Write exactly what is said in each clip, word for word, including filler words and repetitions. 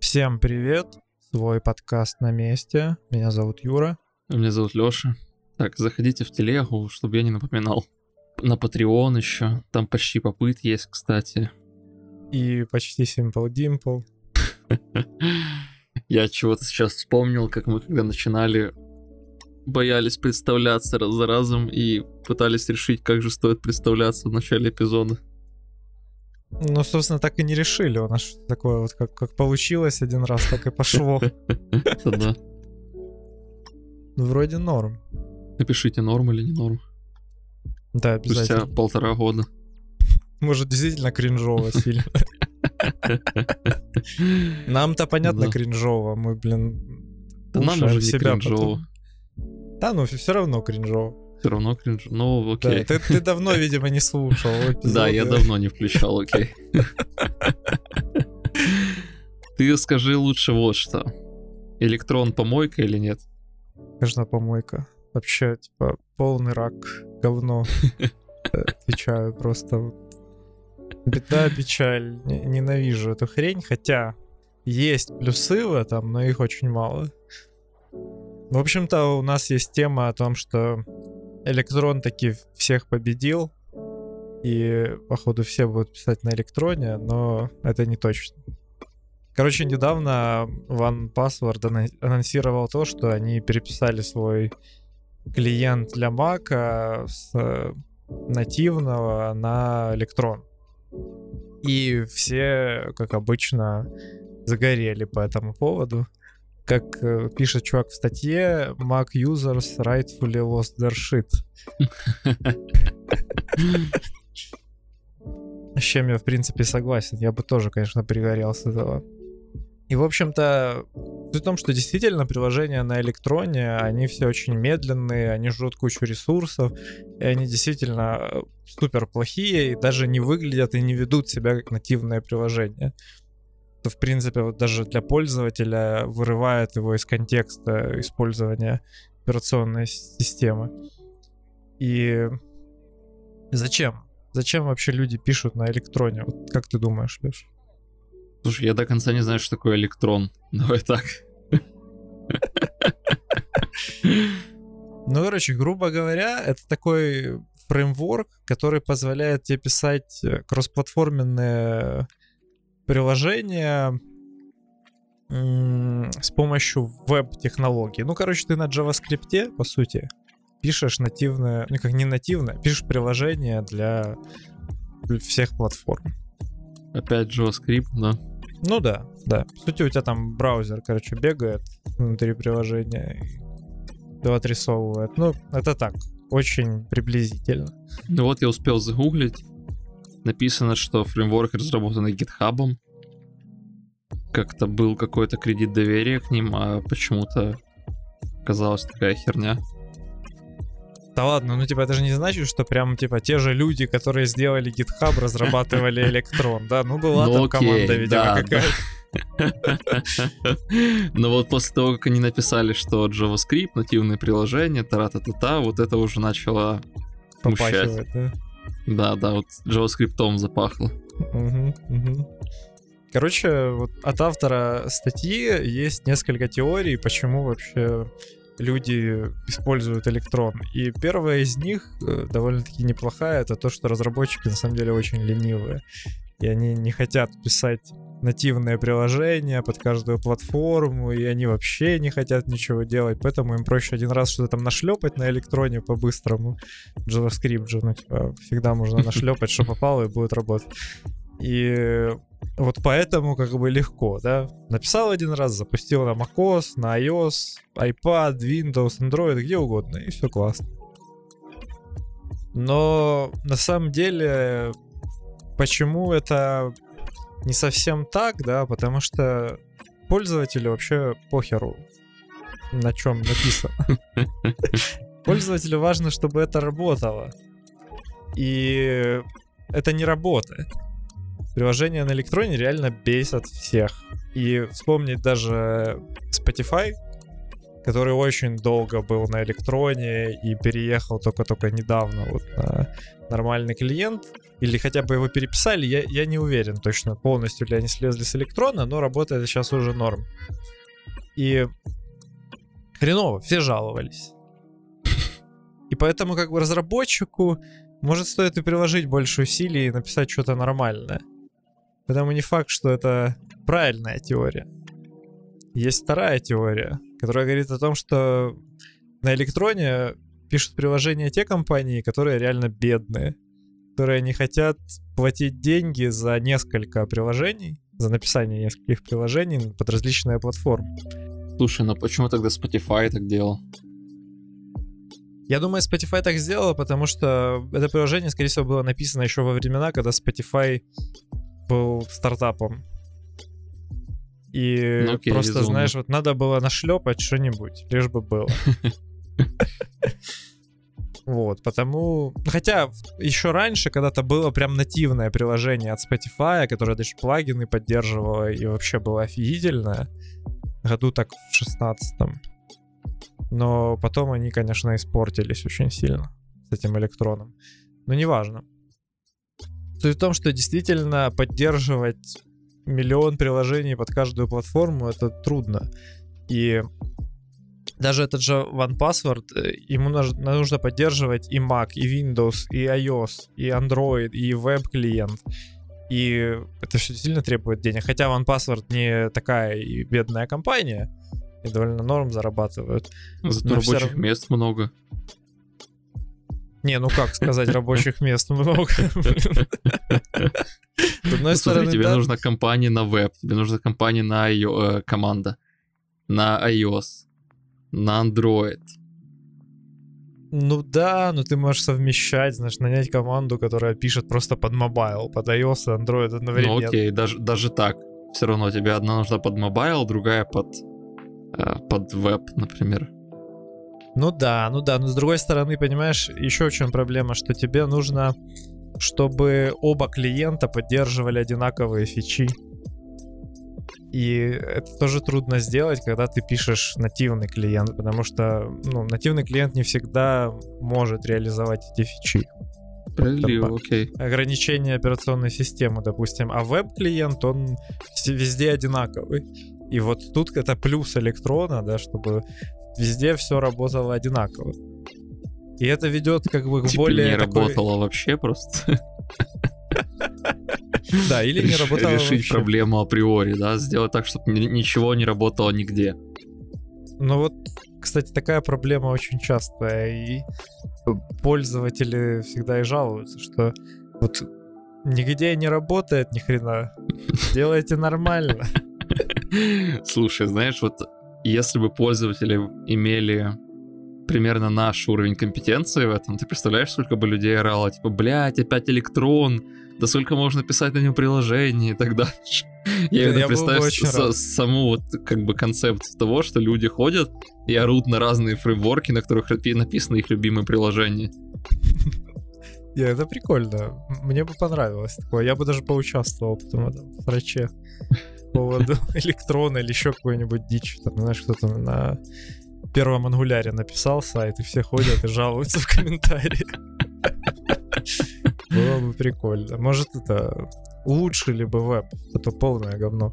Всем привет, свой подкаст на месте. Меня зовут Юра. Меня зовут Лёша. Так, заходите в телегу, чтобы я не напоминал. На Patreon еще, там почти попыт есть, кстати. И почти Simple Dimple. Я чего-то сейчас вспомнил, как мы когда начинали, боялись представляться раз за разом и пытались решить, как же стоит представляться в начале эпизода. Ну, собственно, так и не решили. У нас такое вот, как, как получилось один раз, так и пошло. Да. Вроде норм. Напишите, норм или не норм. Да, обязательно. Спустя полтора года. Может, действительно кринжово сильно. Нам-то понятно Да. кринжово. Мы, блин, Да нам слушаем уже не себя кринжово. потом. Да, ну все равно кринжово. Все равно кринж. Ну, Да, окей. ты, ты давно, видимо, не слушал эпизоды. Да, я давно не включал, окей. Ты скажи лучше вот что. Электрон помойка или нет? Конечно, помойка. Вообще, типа, полный рак, говно. Отвечаю просто. вот. Беда, печаль. Не- Ненавижу эту хрень, хотя есть плюсы в этом, но их очень мало. В общем-то, у нас есть тема о том, что электрон таки всех победил, и, походу, все будут писать на электроне, но это не точно. Короче, недавно OnePassword ана- анонсировал то, что они переписали свой клиент для Mac с э, нативного на электрон. И все, как обычно, загорели по этому поводу. Как э, пишет чувак в статье, Mac users rightfully lost their shit. С чем я, в принципе, согласен. Я бы тоже, конечно, пригорел с этого. И, в общем-то, при том, что действительно приложения на электроне, они все очень медленные, они жрут кучу ресурсов, и они действительно супер плохие, и даже не выглядят и не ведут себя как нативное приложение. То, в принципе, вот даже для пользователя вырывает его из контекста использования операционной системы. И зачем? Зачем вообще люди пишут на электроне? Вот как ты думаешь, Леш? Слушай, я до конца не знаю, что такое электрон. Давай так. Ну, короче, грубо говоря, это такой фреймворк, который позволяет тебе писать э, кроссплатформенные приложения м, с помощью веб-технологий. Ну, короче, ты на JavaScript, по сути, пишешь нативное, ну, как не нативное, пишешь приложение для всех платформ. Опять JavaScript, да. Ну да, да. По сути, у тебя там браузер, короче, бегает внутри приложения и всё отрисовывает. Ну, это так, очень приблизительно. Ну вот я успел загуглить. Написано, что фреймворк разработанный GitHub. Как-то был какой-то кредит доверия к ним, а почему-то оказалась такая херня. Да ладно, ну типа это же не значит, что прям типа те же люди, которые сделали GitHub, разрабатывали электрон, да? Ну была Ну, там окей, команда, видимо, да, какая-то. Но вот после того, как они написали, что JavaScript, нативное приложение, тара-та-та-та, вот это уже начало смущать. Попахивает, да? Да, да, вот JavaScript'ом запахло. Мгм, мгм. Короче, вот от автора статьи есть несколько теорий, почему вообще люди используют электрон. И первая из них, э, довольно-таки неплохая, это то, что разработчики на самом деле очень ленивые. И они не хотят писать нативное приложение под каждую платформу, и они вообще не хотят ничего делать, поэтому им проще один раз что-то там нашлепать на электроне по-быстрому. JavaScript же, ну, типа, всегда можно нашлепать, что попало, и будет работать. И вот поэтому как бы легко, да? Написал один раз, запустил на macOS, на iOS, iPad, Windows, Android, где угодно, и все классно. Но на самом деле, почему это не совсем так, да? Потому что пользователю вообще похеру, на чем написано. Пользователю важно, чтобы это работало. И это не работает. Приложения на электроне реально бесят всех. И вспомнить даже Spotify, который очень долго был на электроне и переехал только-только недавно вот на нормальный клиент, или хотя бы его переписали, я, я не уверен точно, полностью ли они слезли с электрона, но работает сейчас уже норм. И хреново, все жаловались. И поэтому как бы разработчику, может, стоит и приложить больше усилий и написать что-то нормальное. Потому не факт, что это правильная теория. Есть вторая теория, которая говорит о том, что на электроне пишут приложения те компании, которые реально бедные, которые не хотят платить деньги за несколько приложений, за написание нескольких приложений под различные платформы. Слушай, ну почему тогда Spotify так делал? Я думаю, Spotify так сделала, потому что это приложение, скорее всего, было написано еще во времена, когда Spotify был стартапом. И ну, окей, просто, резонно. Знаешь, вот надо было нашлепать что-нибудь, лишь бы было. Вот, потому... Хотя еще раньше когда-то было прям нативное приложение от Spotify, которое даже плагины поддерживало и вообще было офигительное. Году так в шестнадцатом. Но потом они, конечно, испортились очень сильно с этим электроном. Но неважно. Суть в том, что действительно поддерживать миллион приложений под каждую платформу — это трудно. И даже этот же OnePassword, ему нужно поддерживать и Mac, и Windows, и iOS, и Android, и веб-клиент. И это все сильно требует денег. Хотя OnePassword не такая и бедная компания, и довольно норм зарабатывают. Зато рабочих равно... мест много. Не, ну как сказать, рабочих мест много. С одной стороны, тебе нужна компания на веб, тебе нужна компания на iOS, команда на iOS, на Android. Ну да, но ты можешь совмещать, знаешь, нанять команду, которая пишет просто под мобайл, под iOS и Android одновременно. Ну окей, даже, даже так. Все равно тебе одна нужна под мобайл, другая под, э, под веб, например. Ну да, ну да, но с другой стороны, понимаешь, еще в чем проблема, что тебе нужно, чтобы оба клиента поддерживали одинаковые фичи. И это тоже трудно сделать, когда ты пишешь нативный клиент, потому что ну, нативный клиент не всегда может реализовать эти фичи. Справедливо, окей. Ограничение операционной системы, допустим. А веб-клиент, он везде одинаковый. И вот тут это плюс электрона, да, чтобы везде все работало одинаково. И это ведет как бы к типа более... не такой... работало вообще просто. Да, или не работало Решить вообще. проблему априори, да, сделать так, чтобы ничего не работало нигде. Ну вот, кстати, такая проблема очень частая, и пользователи всегда и жалуются, что вот нигде не работает ни хрена, делайте нормально. Слушай, знаешь, вот если бы пользователи имели примерно наш уровень компетенции в этом, ты представляешь, сколько бы людей орало, типа, блядь, опять электрон, да сколько можно писать на нем приложений и так дальше. Я именно представляю с- саму вот как бы концепцию того, что люди ходят и орут на разные фреймворки, на которых написаны их любимые приложения. Не, это прикольно. Мне бы понравилось такое. Я бы даже поучаствовал потом в враче по поводу электрона или еще какой-нибудь дичь. Там, знаешь, кто-то на первом ангуляре написал сайт, и все ходят и жалуются в комментариях. Было бы прикольно. Может, это улучшили бы веб. Это полное говно.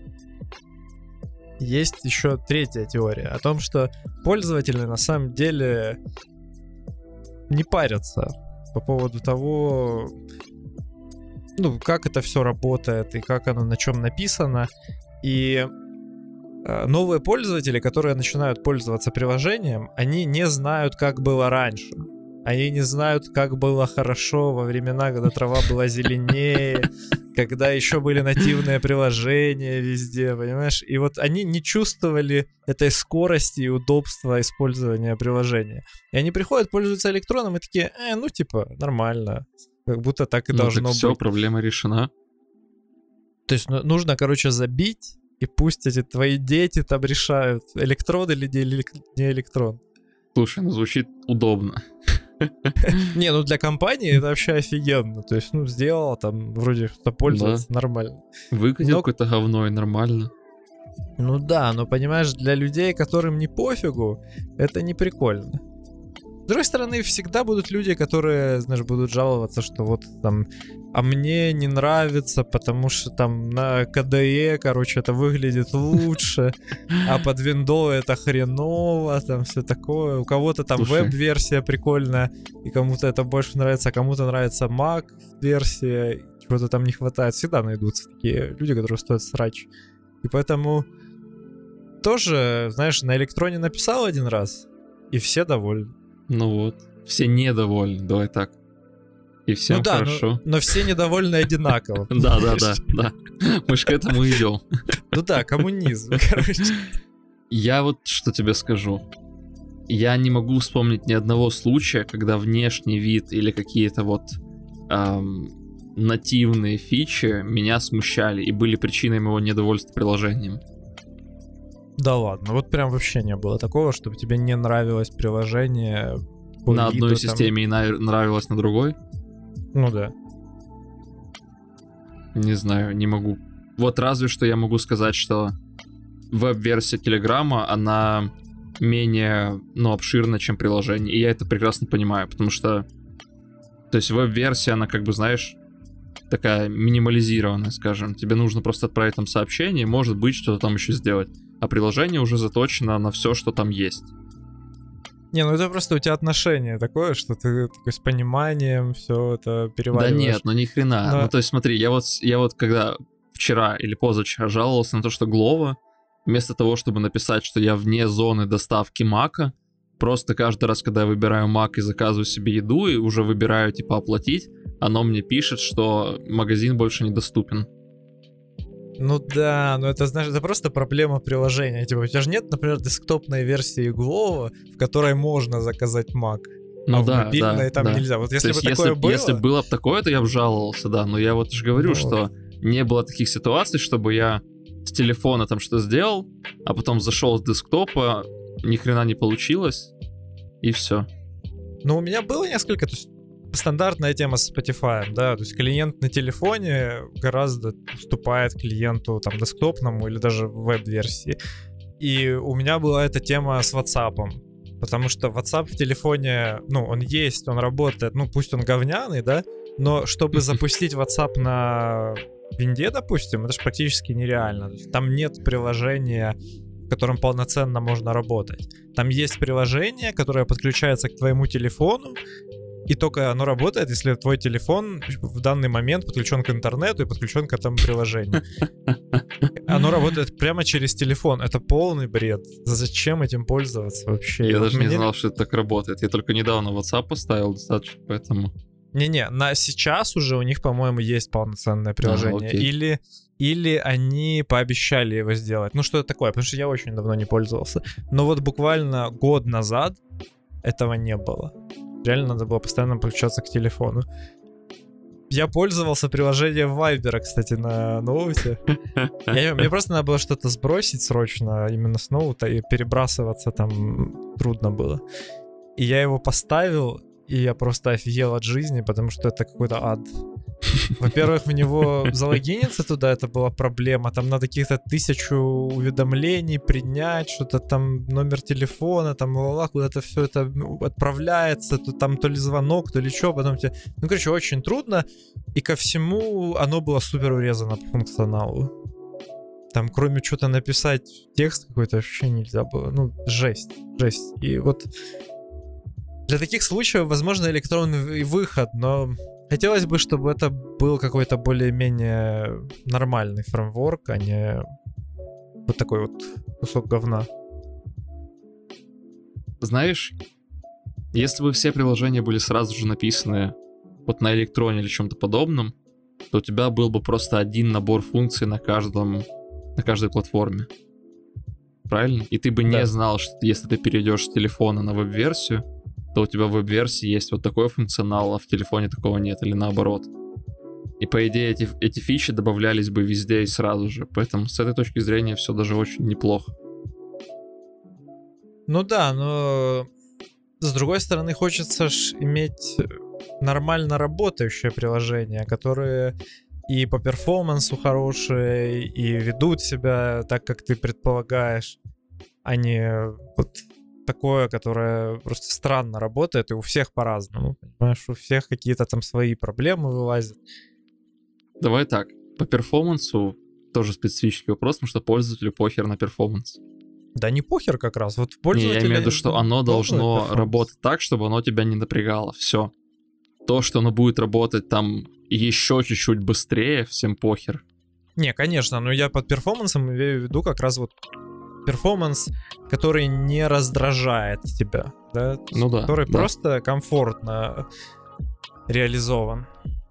Есть еще третья теория о том, что пользователи на самом деле не парятся по поводу того, ну, как это все работает и как оно на чем написано. И э, новые пользователи, которые начинают пользоваться приложением, они не знают, как было раньше. Они не знают, как было хорошо во времена, когда трава была зеленее, когда еще были нативные приложения везде, понимаешь? И вот они не чувствовали этой скорости и удобства использования приложения. И они приходят, пользуются электроном и такие, э, ну типа, нормально. Как будто так и ну, должно так быть. Все, проблема решена. То есть ну, нужно, короче, забить, и пусть эти твои дети там решают, электрон или не электрон. Слушай, ну звучит удобно. Не, ну для компании это вообще офигенно. То есть, ну, сделал, там, вроде кто пользуется, нормально. Выкатил какое-то говно и нормально. Ну да, но понимаешь, для людей, которым не пофигу, это не прикольно. С другой стороны, всегда будут люди, которые, знаешь, будут жаловаться, что вот там, а мне не нравится, потому что там на ка дэ и, короче, это выглядит лучше, а под Windows это хреново, там все такое. У кого-то там Слушай. веб-версия прикольная, и кому-то это больше нравится, а кому-то нравится Mac-версия, чего-то там не хватает. Всегда найдутся такие люди, которые стоят срач. И поэтому тоже, знаешь, на электроне написал один раз, и все довольны. Ну вот. Все недовольны, давай так. И всем Ну да, хорошо. но, но все недовольны одинаково. Да, да, да, да. Мы же к этому идем. Ну да, коммунизм, короче. Я вот что тебе скажу. Я не могу вспомнить ни одного случая, когда внешний вид или какие-то вот эм, нативные фичи меня смущали и были причиной моего недовольства приложением. Да ладно, вот прям вообще не было такого, чтобы тебе не нравилось приложение по На виду, одной там. системе и на- нравилось на другой? Ну да. Не знаю, не могу. Вот разве что я могу сказать, что веб-версия Телеграма, она менее, ну, обширна, чем приложение. И я это прекрасно понимаю, потому что... То есть веб-версия, она как бы, знаешь, такая минимализированная, скажем. Тебе нужно просто отправить там сообщение, может быть, что-то там еще сделать. А приложение уже заточено на все, что там есть. Не, ну это просто у тебя отношение такое, что ты такой с пониманием все это Да перевариваешь. нет, ну ни хрена. Но- Ну то есть смотри, я вот, я вот когда вчера или позавчера жаловался на то, что Глова, вместо того, чтобы написать, что я вне зоны доставки Мака, просто каждый раз, когда я выбираю Мак и заказываю себе еду, и уже выбираю типа оплатить, оно мне пишет, что магазин больше недоступен. Ну да, но это, знаешь, это просто проблема приложения. Типа, у тебя же нет, например, десктопной версии Glovo, в которой можно заказать Mac. Ну а да, в мобильной да, там да. нельзя. Вот если То бы есть, такое если, было... если было бы такое, то я бы жаловался, да. Но я вот же говорю, Ну что не было таких ситуаций, чтобы я с телефона там что сделал, а потом зашел с десктопа, ни хрена не получилось, и все. Ну, у меня было несколько, то есть стандартная тема с Spotify, да, то есть клиент на телефоне гораздо уступает клиенту там десктопному или даже веб-версии. И у меня была эта тема с WhatsApp, потому что WhatsApp в телефоне, ну, он есть, он работает, ну, пусть он говняный, да, но чтобы запустить WhatsApp на винде, допустим, это же практически нереально. То есть там нет приложения, в котором полноценно можно работать. Там есть приложение, которое подключается к твоему телефону, и только оно работает, если твой телефон в данный момент подключен к интернету и подключен к этому приложению. Оно работает прямо через телефон. Это полный бред. Зачем этим пользоваться вообще? Я Вот даже не мне- знал, что это так работает. Я только недавно WhatsApp поставил достаточно, поэтому... Не-не, на сейчас уже у них, по-моему, есть полноценное приложение. окей. или, или они пообещали его сделать. Ну, что это такое? Потому что я очень давно не пользовался. Но вот буквально год назад этого не было. Реально надо было постоянно подключаться к телефону. Я пользовался приложением Viber, кстати, на ноуте. Я- Мне просто надо было что-то сбросить срочно именно с ноута, и перебрасываться там трудно было. И я его поставил, и я просто офигел от жизни, потому что это какой-то ад. Во-первых, в него залогиниться туда, это была проблема. Там надо каких-то тысячу уведомлений принять, что-то там, номер телефона, там, ла-ла, куда-то все это ну, отправляется, то там то ли звонок, то ли что, потом тебе... Ну, короче, очень трудно, и ко всему оно было супер урезано по функционалу. Там, кроме что-то написать текст какой-то, вообще нельзя было. Ну, жесть, жесть. И вот для таких случаев, возможно, электронный выход, но хотелось бы, чтобы это был какой-то более-менее нормальный фреймворк, а не вот такой вот кусок говна. Знаешь, если бы все приложения были сразу же написаны вот на электроне или чем-то подобном, то у тебя был бы просто один набор функций на каждом, на каждой платформе. Правильно? И ты бы не Да. знал, что если ты перейдешь с телефона на веб-версию, то у тебя в веб-версии есть вот такой функционал, а в телефоне такого нет, или наоборот. И по идее эти, эти фичи добавлялись бы везде и сразу же. Поэтому с этой точки зрения все даже очень неплохо. Ну да, но с другой стороны хочется ж иметь нормально работающие приложения, которые и по перформансу хорошие, и ведут себя так, как ты предполагаешь, а не вот такое, которое просто странно работает, и у всех по-разному, понимаешь, у всех какие-то там свои проблемы вылазят. Давай так, по перформансу тоже специфический вопрос, потому что пользователю похер на перформанс. Да не похер как раз, вот Не, пользователя... я имею в виду, что оно должно перформанс. работать так, чтобы оно тебя не напрягало, все. То, что оно будет работать там еще чуть-чуть быстрее, всем похер. Не, конечно, но я под перформансом имею в виду как раз вот перформанс, который не раздражает тебя, да? Ну да, Который да. просто комфортно реализован.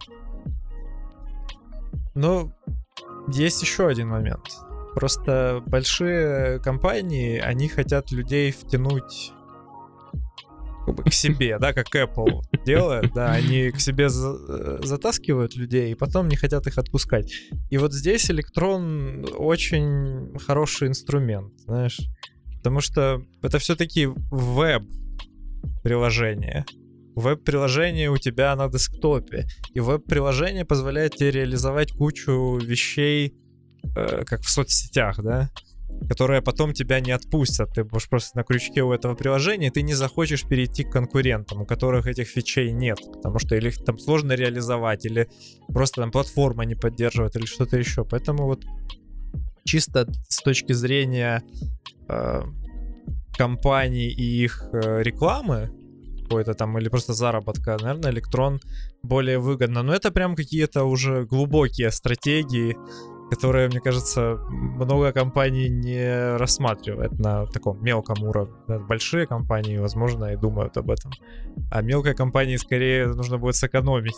Но есть еще один момент. Просто большие компании, они хотят людей втянуть как бы к себе, да, как Apple делает, да, они к себе за- затаскивают людей и потом не хотят их отпускать. И вот здесь Electron очень хороший инструмент, знаешь, потому что это все-таки веб-приложение. Веб-приложение у тебя на десктопе, и веб-приложение позволяет тебе реализовать кучу вещей, э, как в соцсетях, да, которые потом тебя не отпустят. Ты будешь просто на крючке у этого приложения, и ты не захочешь перейти к конкурентам, у которых этих фичей нет, потому что или их там сложно реализовать, или просто там платформа не поддерживает, или что-то еще. Поэтому вот чисто с точки зрения э, компаний и их э, рекламы какой-то там, или просто заработка, наверное, Electron более выгодно. Но это прям какие-то уже глубокие стратегии, которые, мне кажется, много компаний не рассматривает на таком мелком уровне. Большие компании, возможно, и думают об этом. А мелкой компании скорее нужно будет сэкономить.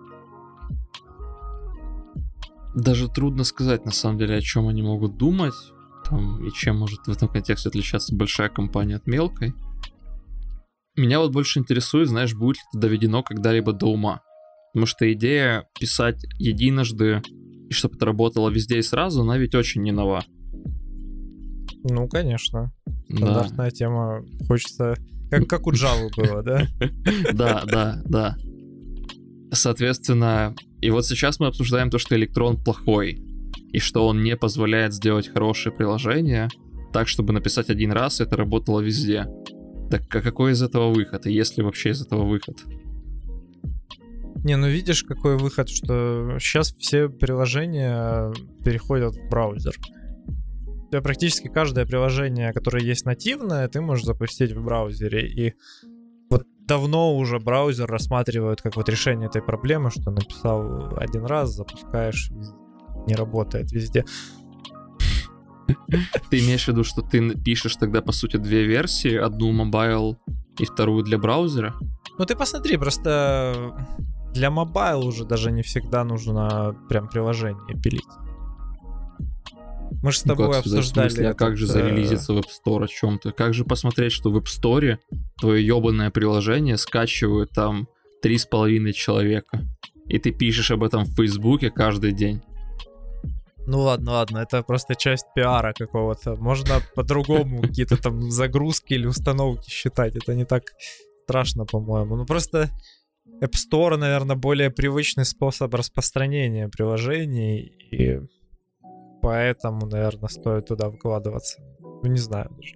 Даже трудно сказать, на самом деле, о чем они могут думать, там, и чем может в этом контексте отличаться большая компания от мелкой. Меня вот больше интересует, знаешь, будет ли это доведено когда-либо до ума. Потому что идея писать единожды, и чтобы это работало везде и сразу, она ведь очень не нова. Ну, конечно. Да. Стандартная тема. Хочется... Как, как у Java было, да? Да, да, да. Соответственно, и вот сейчас мы обсуждаем то, что Electron плохой, и что он не позволяет сделать хорошее приложение так, чтобы написать один раз, и это работало везде. Так а какой из этого выход? И есть ли вообще из этого выход? Не, ну видишь, какой выход, что сейчас все приложения переходят в браузер. У тебя практически каждое приложение, которое есть нативное, ты можешь запустить в браузере. И вот давно уже браузер рассматривают как вот решение этой проблемы, что написал один раз, запускаешь, не работает везде. Ты имеешь в виду, что ты пишешь тогда, по сути, две версии, одну мобайл и вторую для браузера? Ну ты посмотри, просто для мобайл уже даже не всегда нужно прям приложение пилить. Мы же с тобой ну, как, обсуждали... В смысле, а как же зарелизиться в App Store о чем-то? Как же посмотреть, что в App Store твое ебаное приложение скачивают там три с половиной человека, и ты пишешь об этом в Фейсбуке каждый день? Ну ладно, ладно, это просто часть пиара какого-то. Можно по-другому какие-то там загрузки или установки считать. Это не так страшно, по-моему. Ну просто App Store, наверное, более привычный способ распространения приложений, и поэтому, наверное, стоит туда вкладываться. Ну не знаю даже.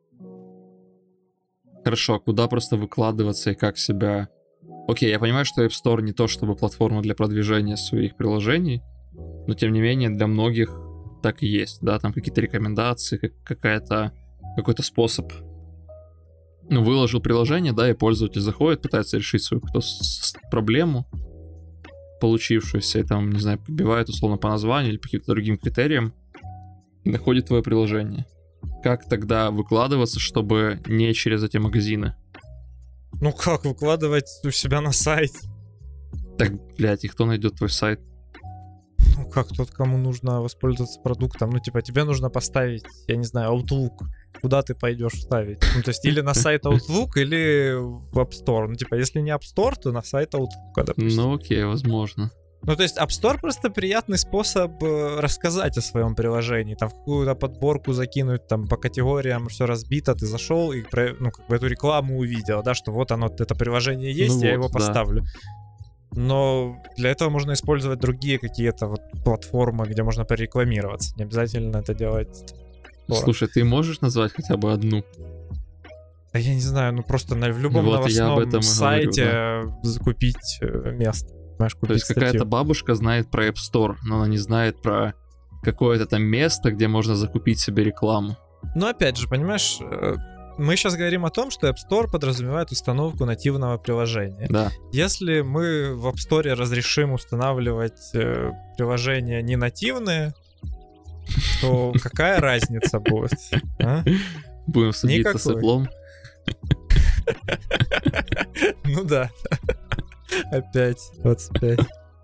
Хорошо, а куда просто выкладываться и как себя... Окей, я понимаю, что App Store не то чтобы платформа для продвижения своих приложений, но тем не менее для многих так и есть, да, там какие-то рекомендации, как, какая-то, какой-то способ. Ну, выложил приложение, да, и пользователь заходит, пытается решить свою какую-то проблему, получившуюся, и там, не знаю, побивает условно по названию или по каким-то другим критериям, и находит твое приложение. Как тогда выкладываться, чтобы не через эти магазины? Ну как выкладывать у себя на сайт? Так, блядь, и кто найдет твой сайт? Ну как, тот, кому нужно воспользоваться продуктом. Ну типа тебе нужно поставить, я не знаю, Outlook. Куда ты пойдешь ставить? Ну то есть или на сайт Outlook, или в App Store. Ну типа если не App Store, то на сайт Outlook, допустим. Ну окей, возможно. Ну то есть App Store просто приятный способ рассказать о своем приложении. Там в какую-то подборку закинуть, там по категориям все разбито, ты зашел и ну, как бы эту рекламу увидел, да, что вот оно, это приложение есть, ну я вот, его да. поставлю. Но для этого можно использовать другие какие-то вот платформы, где можно порекламироваться. Не обязательно это делать. Слушай, ты можешь назвать хотя бы одну? Да я не знаю, ну просто на, в любом Вот новостном сайте говорю, да. закупить место. Понимаешь, купить То есть статью. какая-то бабушка знает про App Store, но она не знает про какое-то там место, где можно закупить себе рекламу. Но опять же, понимаешь, мы сейчас говорим о том, что App Store подразумевает установку нативного приложения. Да. Если мы в App Store разрешим устанавливать э, приложения не нативные, то какая разница будет? А? Будем судиться с Apple. Ну да. Опять двадцать пять.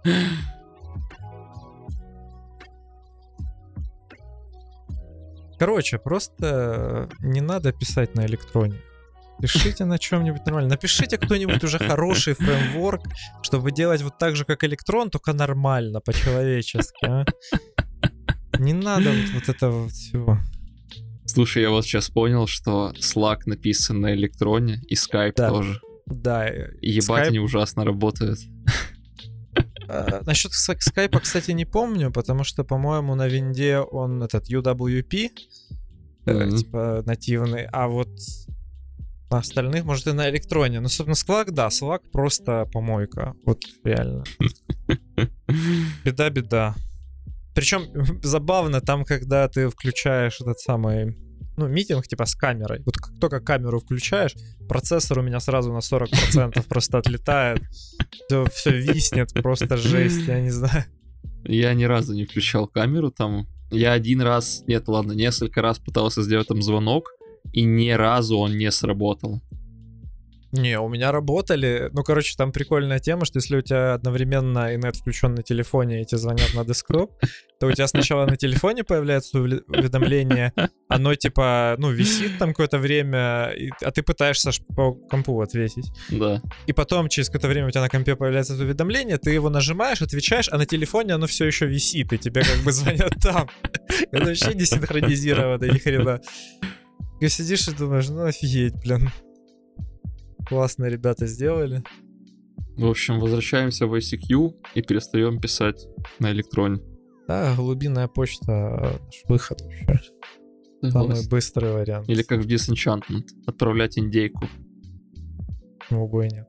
Короче, просто не надо писать на электроне. Пишите на чем-нибудь нормально. Напишите кто-нибудь уже хороший фреймворк, чтобы делать вот так же, как электрон, только нормально, по-человечески. А? Не надо вот, вот этого всего. Слушай, я вот сейчас понял, что Slack написан на электроне, и Skype да. тоже. Да. И ебать, Skype... они ужасно работают. А, насчет Skype, кстати, не помню, потому что, по-моему, на винде он этот ю дабл ю пи, mm-hmm. типа нативный, а вот на остальных, может, и на электроне. Но, собственно, Slack, да, Slack просто помойка. Вот реально. Беда-беда. Причем забавно, там, когда ты включаешь этот самый, ну, митинг, типа, с камерой. Вот как только камеру включаешь, процессор у меня сразу на сорок процентов просто отлетает. Все, все виснет, просто жесть, я не знаю. Я ни разу не включал камеру там. Я один раз, нет, ладно, несколько раз пытался сделать там звонок, и ни разу он не сработал. Не, у меня работали. Ну, короче, там прикольная тема, что если у тебя одновременно инет включен на телефоне, и тебе звонят на десктоп, то у тебя сначала на телефоне появляется уведомление, оно типа, ну, висит там какое-то время, и, а ты пытаешься по компу ответить. Да. И потом через какое-то время у тебя на компе появляется это уведомление, ты его нажимаешь, отвечаешь, а на телефоне оно все еще висит, и тебе как бы звонят там. Это вообще не синхронизировано, ни хрена. И сидишь и думаешь, ну офигеть, блин. Классно ребята сделали. В общем, возвращаемся в ай си кью и перестаем писать на электроне. Да, глубинная почта — наш выход вообще. Самый быстрый вариант. Или как в Disenchantment, отправлять индейку. Почему бы и нет.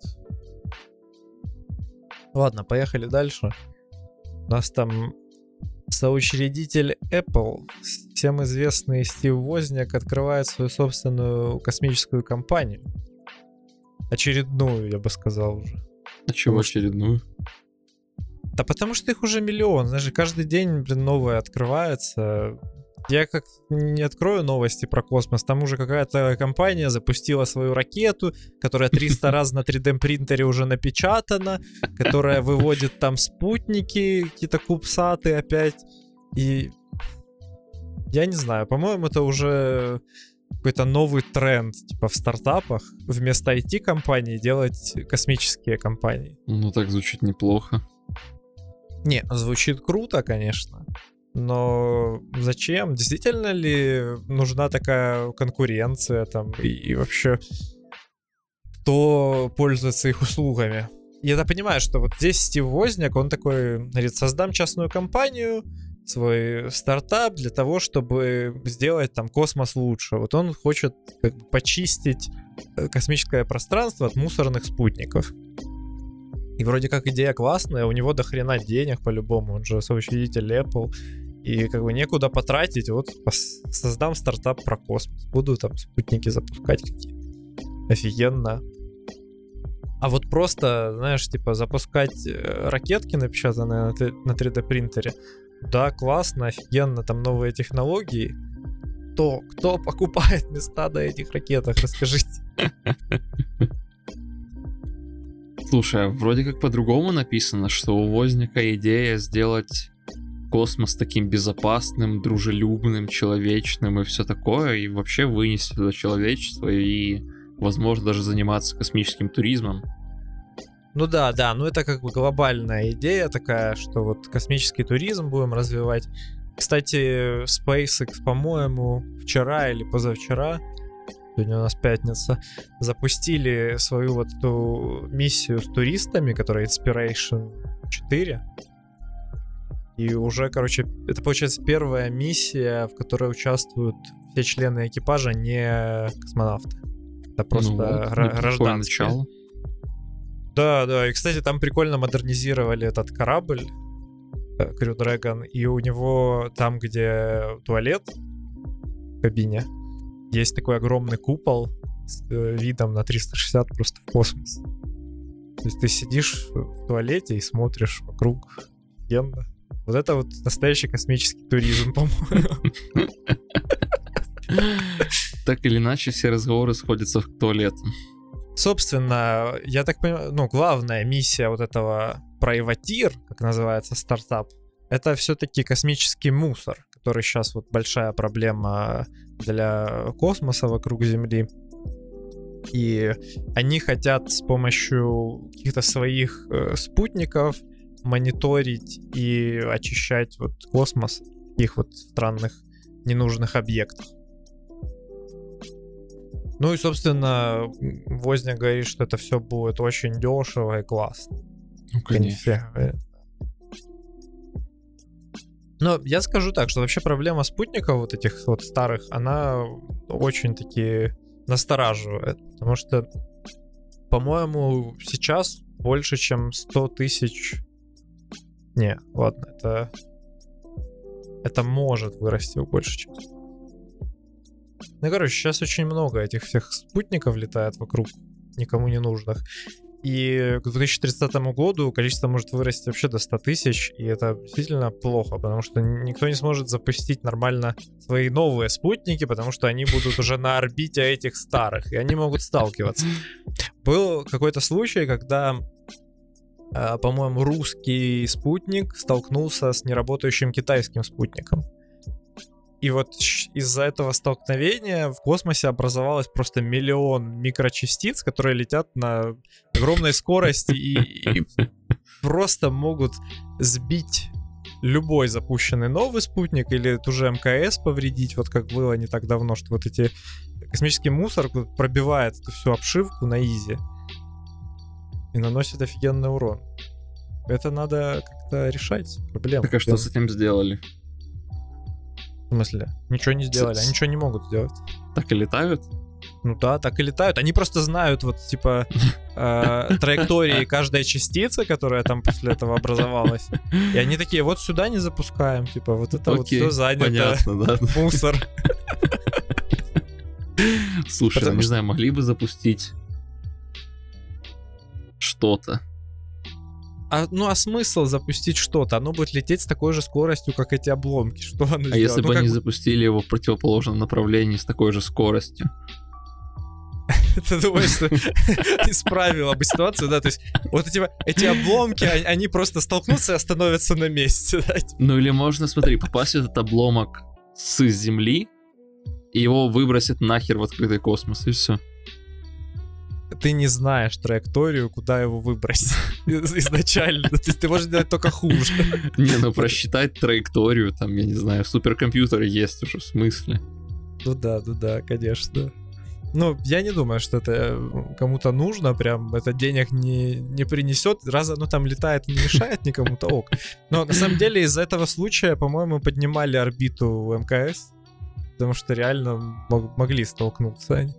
Ладно, поехали дальше. У нас там соучредитель Apple, всем известный Стив Возняк, открывает свою собственную космическую компанию. Очередную, я бы сказал уже. А чего очередную? Да потому что их уже миллион. Знаешь, каждый день, блин, новое открывается. Я как не открою новости про космос, там уже какая-то компания запустила свою ракету, которая триста раз на три дэ принтере уже напечатана, которая выводит там спутники, какие-то кубсаты опять. И я не знаю, по-моему, это уже какой-то новый тренд, типа в стартапах вместо ай ти-компаний делать космические компании. Ну так звучит неплохо. Не, звучит круто, конечно. Но зачем? Действительно ли нужна такая конкуренция там? И, и вообще, кто пользуется их услугами? Я понимаю, что вот здесь Стив Возняк, он такой, говорит, создам частную компанию, свой стартап для того, чтобы сделать там космос лучше. Вот он хочет как бы почистить космическое пространство от мусорных спутников. И вроде как идея классная, у него до хрена денег по-любому, он же соучредитель Apple, и как бы некуда потратить, вот создам стартап про космос, буду там спутники запускать какие-то. Офигенно. А вот просто, знаешь, типа запускать ракетки, напечатанные на три дэ принтере, да, классно, офигенно, там новые технологии. То, кто покупает места на этих ракетах, расскажите. Слушай, а вроде как по-другому написано, что у Возняка идея сделать космос таким безопасным, дружелюбным, человечным и все такое, и вообще вынести туда человечество и, возможно, даже заниматься космическим туризмом. Ну да, да, ну это как бы глобальная идея такая, что вот космический туризм будем развивать. Кстати, SpaceX, по-моему, вчера или позавчера сегодня у нас пятница, запустили свою вот эту миссию с туристами, которая Inspiration четыре. И уже, короче, это получается первая миссия, в которой участвуют все члены экипажа, не космонавты. Это просто ну вот, гра- гражданские. Начало. Да, да. И, кстати, там прикольно модернизировали этот корабль Crew Dragon, и у него там, где туалет в кабине, есть такой огромный купол с видом на триста шестьдесят просто в космос. То есть ты сидишь в туалете и смотришь вокруг. Офигенно. Вот это вот настоящий космический туризм, по-моему. Так или иначе, все разговоры сходятся к туалету. Собственно, я так понимаю, ну, главная миссия вот этого Privateer, как называется стартап, это все-таки космический мусор, который сейчас вот большая проблема для космоса вокруг Земли. И они хотят с помощью каких-то своих э, спутников мониторить и очищать вот космос от таких вот странных ненужных объектов. Ну и, собственно, Возняк говорит, что это все будет очень дешево и классно. Ну, конечно. Но я скажу так, что вообще проблема спутников вот этих вот старых, она очень-таки настораживает. Потому что, по-моему, сейчас больше, чем сто тысяч... Не, ладно, это... Это может вырасти больше, чем... Ну, короче, сейчас очень много этих всех спутников летает вокруг, никому не нужных. И к две тысячи тридцатому году количество может вырасти вообще до ста тысяч, и это действительно плохо, потому что никто не сможет запустить нормально свои новые спутники, потому что они будут уже на орбите этих старых, и они могут сталкиваться. Был какой-то случай, когда, по-моему, русский спутник столкнулся с неработающим китайским спутником. И вот из-за этого столкновения в космосе образовалось просто миллион микрочастиц, которые летят на огромной скорости и, и просто могут сбить любой запущенный новый спутник или ту же эм ка эс повредить, вот как было не так давно, что вот эти космический мусор пробивает эту всю обшивку на изи и наносит офигенный урон. Это надо как-то решать проблему. Так а что с этим сделали? В смысле? Ничего не сделали, они ничего не могут сделать. Так и летают? Ну да, так и летают. Они просто знают вот, типа, э, траектории каждой частицы, которая там после этого образовалась. И они такие, вот сюда не запускаем, типа, вот это вот все занято. Понятно, да. Мусор. Слушай, ну не знаю, могли бы запустить что-то. А, ну а смысл запустить что-то? Оно будет лететь с такой же скоростью, как эти обломки. Что оно А сделает? если ну, бы как... они запустили его в противоположном направлении с такой же скоростью? Ты думаешь, что исправила бы ситуацию, да? То есть вот эти, эти обломки, они просто столкнутся и остановятся на месте, да? Ну или можно, смотри, попасть в этот обломок с Земли, и его выбросит нахер в открытый космос, и все. Ты не знаешь траекторию, куда его выбросить изначально. То есть ты можешь делать только хуже. Не, ну просчитать траекторию, там, я не знаю, в суперкомпьютере есть уже, в смысле. Ну да, ну да, конечно. Ну, я не думаю, что это кому-то нужно, прям это денег не, не принесет. Раз оно там летает, не мешает никому-то, ок. Но на самом деле из-за этого случая, по-моему, поднимали орбиту эм ка эс, потому что реально мог, могли столкнуться они.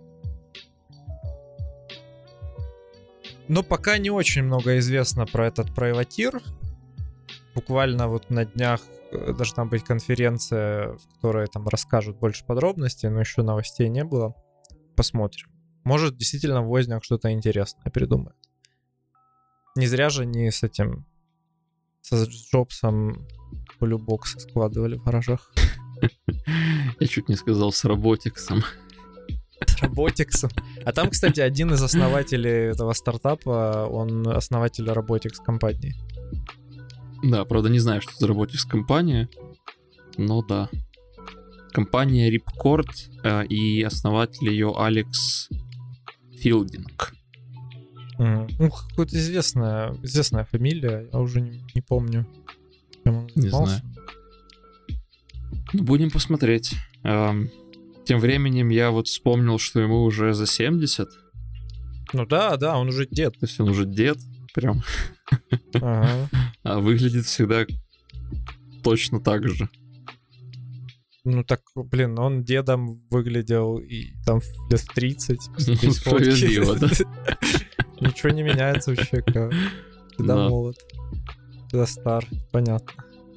Но пока не очень много известно про этот Privateer. Буквально вот на днях должна быть конференция, в которой там расскажут больше подробностей, но еще новостей не было. Посмотрим. Может, действительно Возняк что-то интересное придумает. Не зря же они с этим, со Джобсом полюбоксы складывали в гаражах. Я чуть не сказал с роботиксом. С роботиксом. А там, кстати, один из основателей этого стартапа, он основатель роботикс компании. Да, правда, не знаю, что за роботикс компания, но да. Компания Ripcord э, и основатель ее Алекс Филдинг. Mm. Ну, какая-то известная, известная фамилия, я уже не, не помню, чем он Не занимался. знаю. Ну, будем посмотреть. Эм, Тем временем я вот вспомнил, что ему уже за семьдесят. Ну да, да, он уже дед. То есть он уже дед, прям. Ага. А выглядит всегда точно так же. Ну так, блин, он дедом выглядел и там в лет тридцать. Справедливо, да? Ничего не меняется у человека. Всегда Да. молод. Всегда стар, понятно.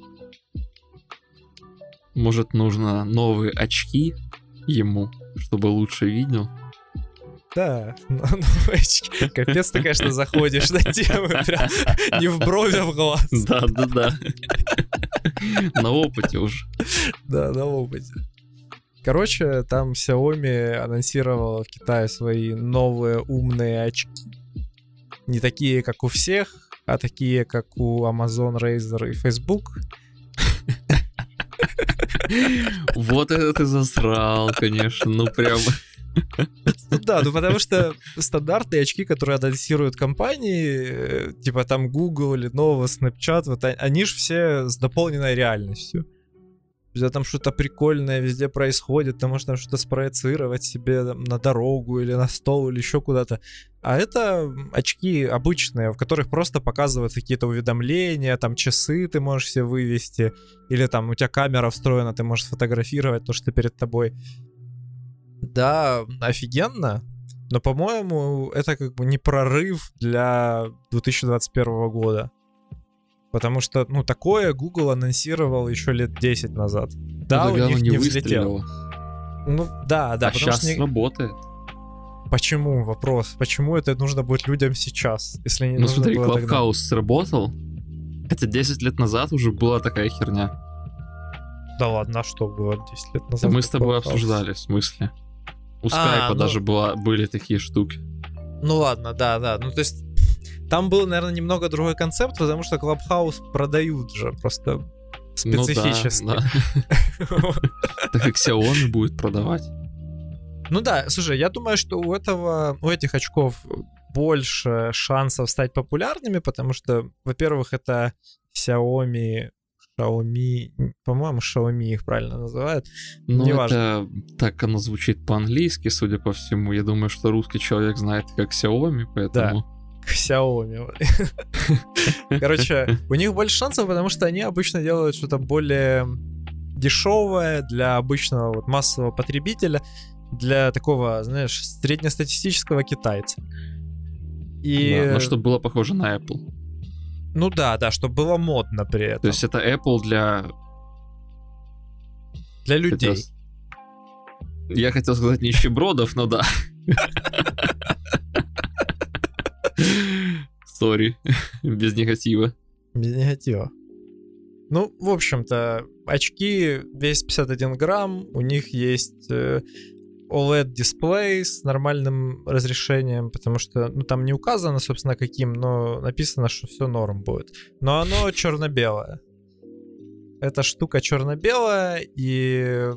Может, нужно новые очки ему, чтобы лучше видел? Да, ну, ну, очки. Капец ты, конечно, заходишь на тему, прям не в брови, а в глаз. Да, да, да. На опыте уже. Да, на опыте. Короче, там Xiaomi анонсировала в Китае свои новые умные очки. Не такие, как у всех, а такие, как у Amazon, Razer и Facebook. Вот это ты засрал, конечно, ну прям... Ну да, ну потому что стандартные очки, которые анонсируют компании, типа там Google, Lenovo, Snapchat, вот они же все с дополненной реальностью. Где там что-то прикольное везде происходит, ты можешь там что-то спроецировать себе там, на дорогу или на стол или еще куда-то. А это очки обычные, в которых просто показывают какие-то уведомления, там часы ты можешь себе вывести, или там у тебя камера встроена, ты можешь сфотографировать то, что перед тобой. Да, офигенно, но, по-моему, это как бы не прорыв для две тысячи двадцать первого года. Потому что, ну, такое Google анонсировал еще лет десять назад. Да, Ну, у тогда них оно не, не взлетело. выстрелило. Ну, да, да. А потому сейчас что не- работает. Почему? Вопрос. Почему это нужно будет людям сейчас, если не Ну нужно смотри, было тогда? Clubhouse сработал. Хотя десять лет назад уже была такая херня. Да ладно, а что было десять лет Да назад? мы с тобой Clubhouse? обсуждали, в смысле. У А, Скайпа ну- даже была, были такие штуки. Ну ладно, да, да. Ну то есть там был, наверное, немного другой концепт, потому что Clubhouse продают же просто специфически. Ну да, да. Так как Xiaomi будет продавать. Ну да, слушай, я думаю, что у этого, у этих очков больше шансов стать популярными, потому что, во-первых, это Xiaomi, Xiaomi, по-моему, Xiaomi их правильно называют. Ну, Неважно. это так оно звучит по-английски, судя по всему. Я думаю, что русский человек знает как Xiaomi, поэтому... Xiaomi. Короче, у них больше шансов, потому что они обычно делают что-то более дешевое для обычного вот массового потребителя, для такого, знаешь, среднестатистического китайца. И, Да, но чтобы было похоже на Apple. ну да, да, чтобы было модно при этом. То есть это Apple для... для людей. Хотел- Я хотел сказать нищебродов, но да. Сори, без негатива. Без негатива. Ну, в общем-то, очки весят пятьдесят один грамм, у них есть э, о лед дисплей с нормальным разрешением, потому что, ну, там не указано, собственно, каким, но написано, что все норм будет. Но оно черно-белое. Эта штука черно-белая, и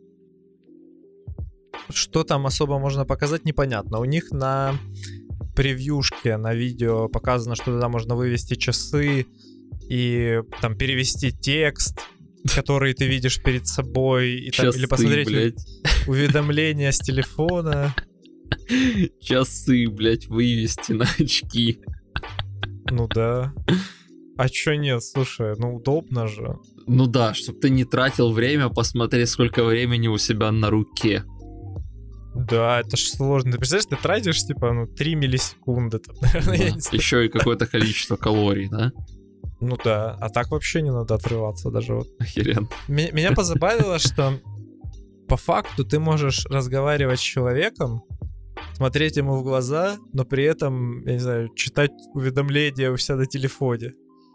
что там особо можно показать, непонятно. У них на превьюшке, на видео показано, что туда можно вывести часы и там перевести текст, который ты видишь перед собой, и там, Часы, или посмотреть блядь. уведомления с телефона. Часы, блядь, вывести на очки. Ну да. А чё нет, слушай, ну удобно же. Ну да, чтобы ты не тратил время посмотреть, сколько времени у себя на руке. Да, это ж сложно. Ты представляешь, ты тратишь, типа, ну, три миллисекунды. Там, наверное, я не знаю. Еще и какое-то количество калорий, да? Ну да, а так вообще не надо отрываться даже вот. Охеренно. Ме- Меня позабавило, что по факту ты можешь разговаривать с человеком, смотреть ему в глаза, но при этом, я не знаю, читать уведомления у себя на телефоне.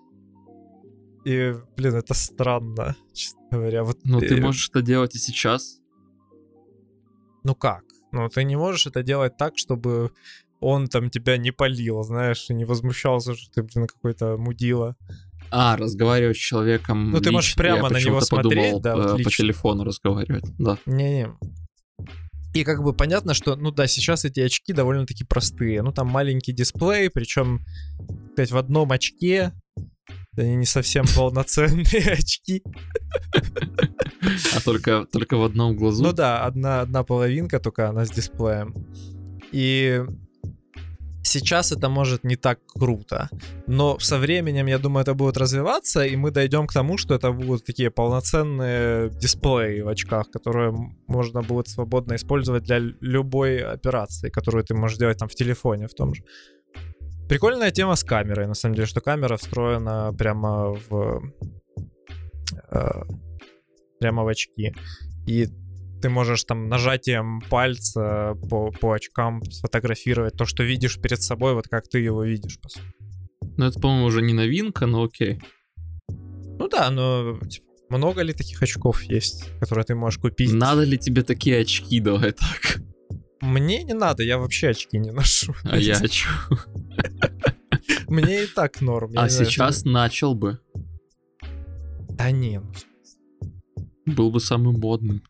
И, блин, это странно, честно говоря. Вот, Ну ты э, можешь это делать и сейчас. Ну как? Ну ты не можешь это делать так, чтобы он там тебя не палил, знаешь, и не возмущался, что ты, блин, какой-то мудила. А, разговаривать с человеком Ну, ты можешь лично. прямо Я на него почему-то смотреть, подумал, да, э, вот по лично. телефону разговаривать, да. Не-не. И как бы понятно, что, ну да, сейчас эти очки довольно-таки простые. Ну там маленький дисплей, причем, сказать, в одном очке. Они не совсем полноценные очки. А только, только в одном глазу? Ну да, одна, одна половинка только она с дисплеем. И сейчас это может не так круто, но со временем, я думаю, это будет развиваться, и мы дойдем к тому, что это будут такие полноценные дисплеи в очках, которые можно будет свободно использовать для любой операции, которую ты можешь делать там в телефоне в том же. Прикольная тема с камерой, на самом деле, что камера встроена прямо в э, прямо в очки, и ты можешь там нажатием пальца по, по очкам сфотографировать то, что видишь перед собой, вот как ты его видишь. Ну, это, по-моему, уже не новинка, но окей. Ну да, но типа, много ли таких очков есть, которые ты можешь купить? Надо ли тебе такие очки, давай так? Мне не надо, я вообще очки не ношу. А я хочу. Мне и так норм. А сейчас начал бы. Да не. Был бы самым модным.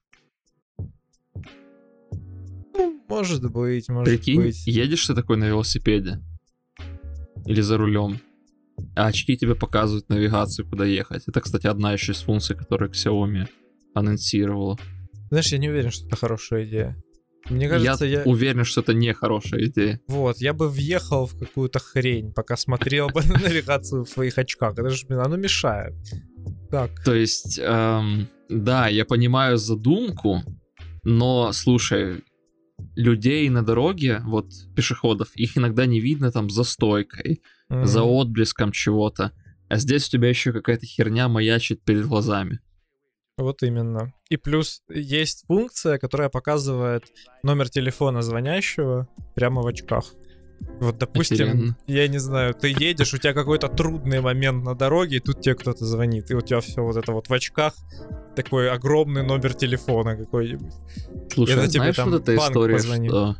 Может быть, может Прикинь, быть. едешь ты такой на велосипеде или за рулем, а очки тебе показывают навигацию, куда ехать. Это, кстати, одна еще из функций, которую Xiaomi анонсировала. Знаешь, я не уверен, что это хорошая идея. Мне кажется, я, я... уверен, что это не хорошая идея. Вот, я бы въехал в какую-то хрень, пока смотрел бы на навигацию в своих очках. Это же, блин, оно мешает. Так. То есть, эм, да, я понимаю задумку, но, слушай, людей на дороге, вот пешеходов, их иногда не видно там за стойкой, mm-hmm. за отблеском чего-то, а здесь у тебя еще какая-то херня маячит перед глазами. Вот именно. И плюс есть функция, которая показывает номер телефона звонящего прямо в очках. Вот, допустим, Офигенно. Я не знаю, ты едешь, у тебя какой-то трудный момент на дороге, и тут тебе кто-то звонит, и у тебя все вот это вот в очках, такой огромный номер телефона какой-нибудь. Слушай, это знаешь, тебе, там, вот эта история, позвонил. что,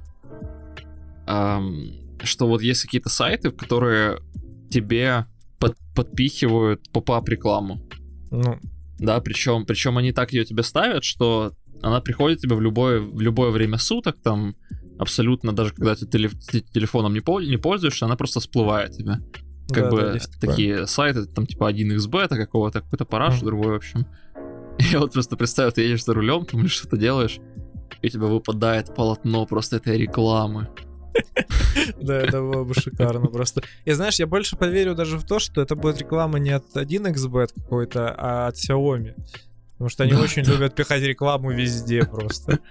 эм, что вот есть какие-то сайты, которые тебе под, подпихивают поп-ап рекламу. Ну. Да, причем, причем они так ее тебе ставят, что она приходит тебе в любое, в любое время суток, там, абсолютно, даже когда ты, теле, ты телефоном не, пол, не пользуешься, она просто всплывает тебе. Как да, бы да, такие такое. Сайты, там, типа, один икс бета какого-то, какой-то параш, mm. другой, в общем. Я вот просто представил, ты едешь за рулем, там, или что-то делаешь, и у тебя выпадает полотно просто этой рекламы. Да, это было бы шикарно просто. И знаешь, я больше поверю даже в то, что это будет реклама не от один икс бет какой-то, а от Xiaomi. Потому что они да, очень да. любят пихать рекламу везде просто.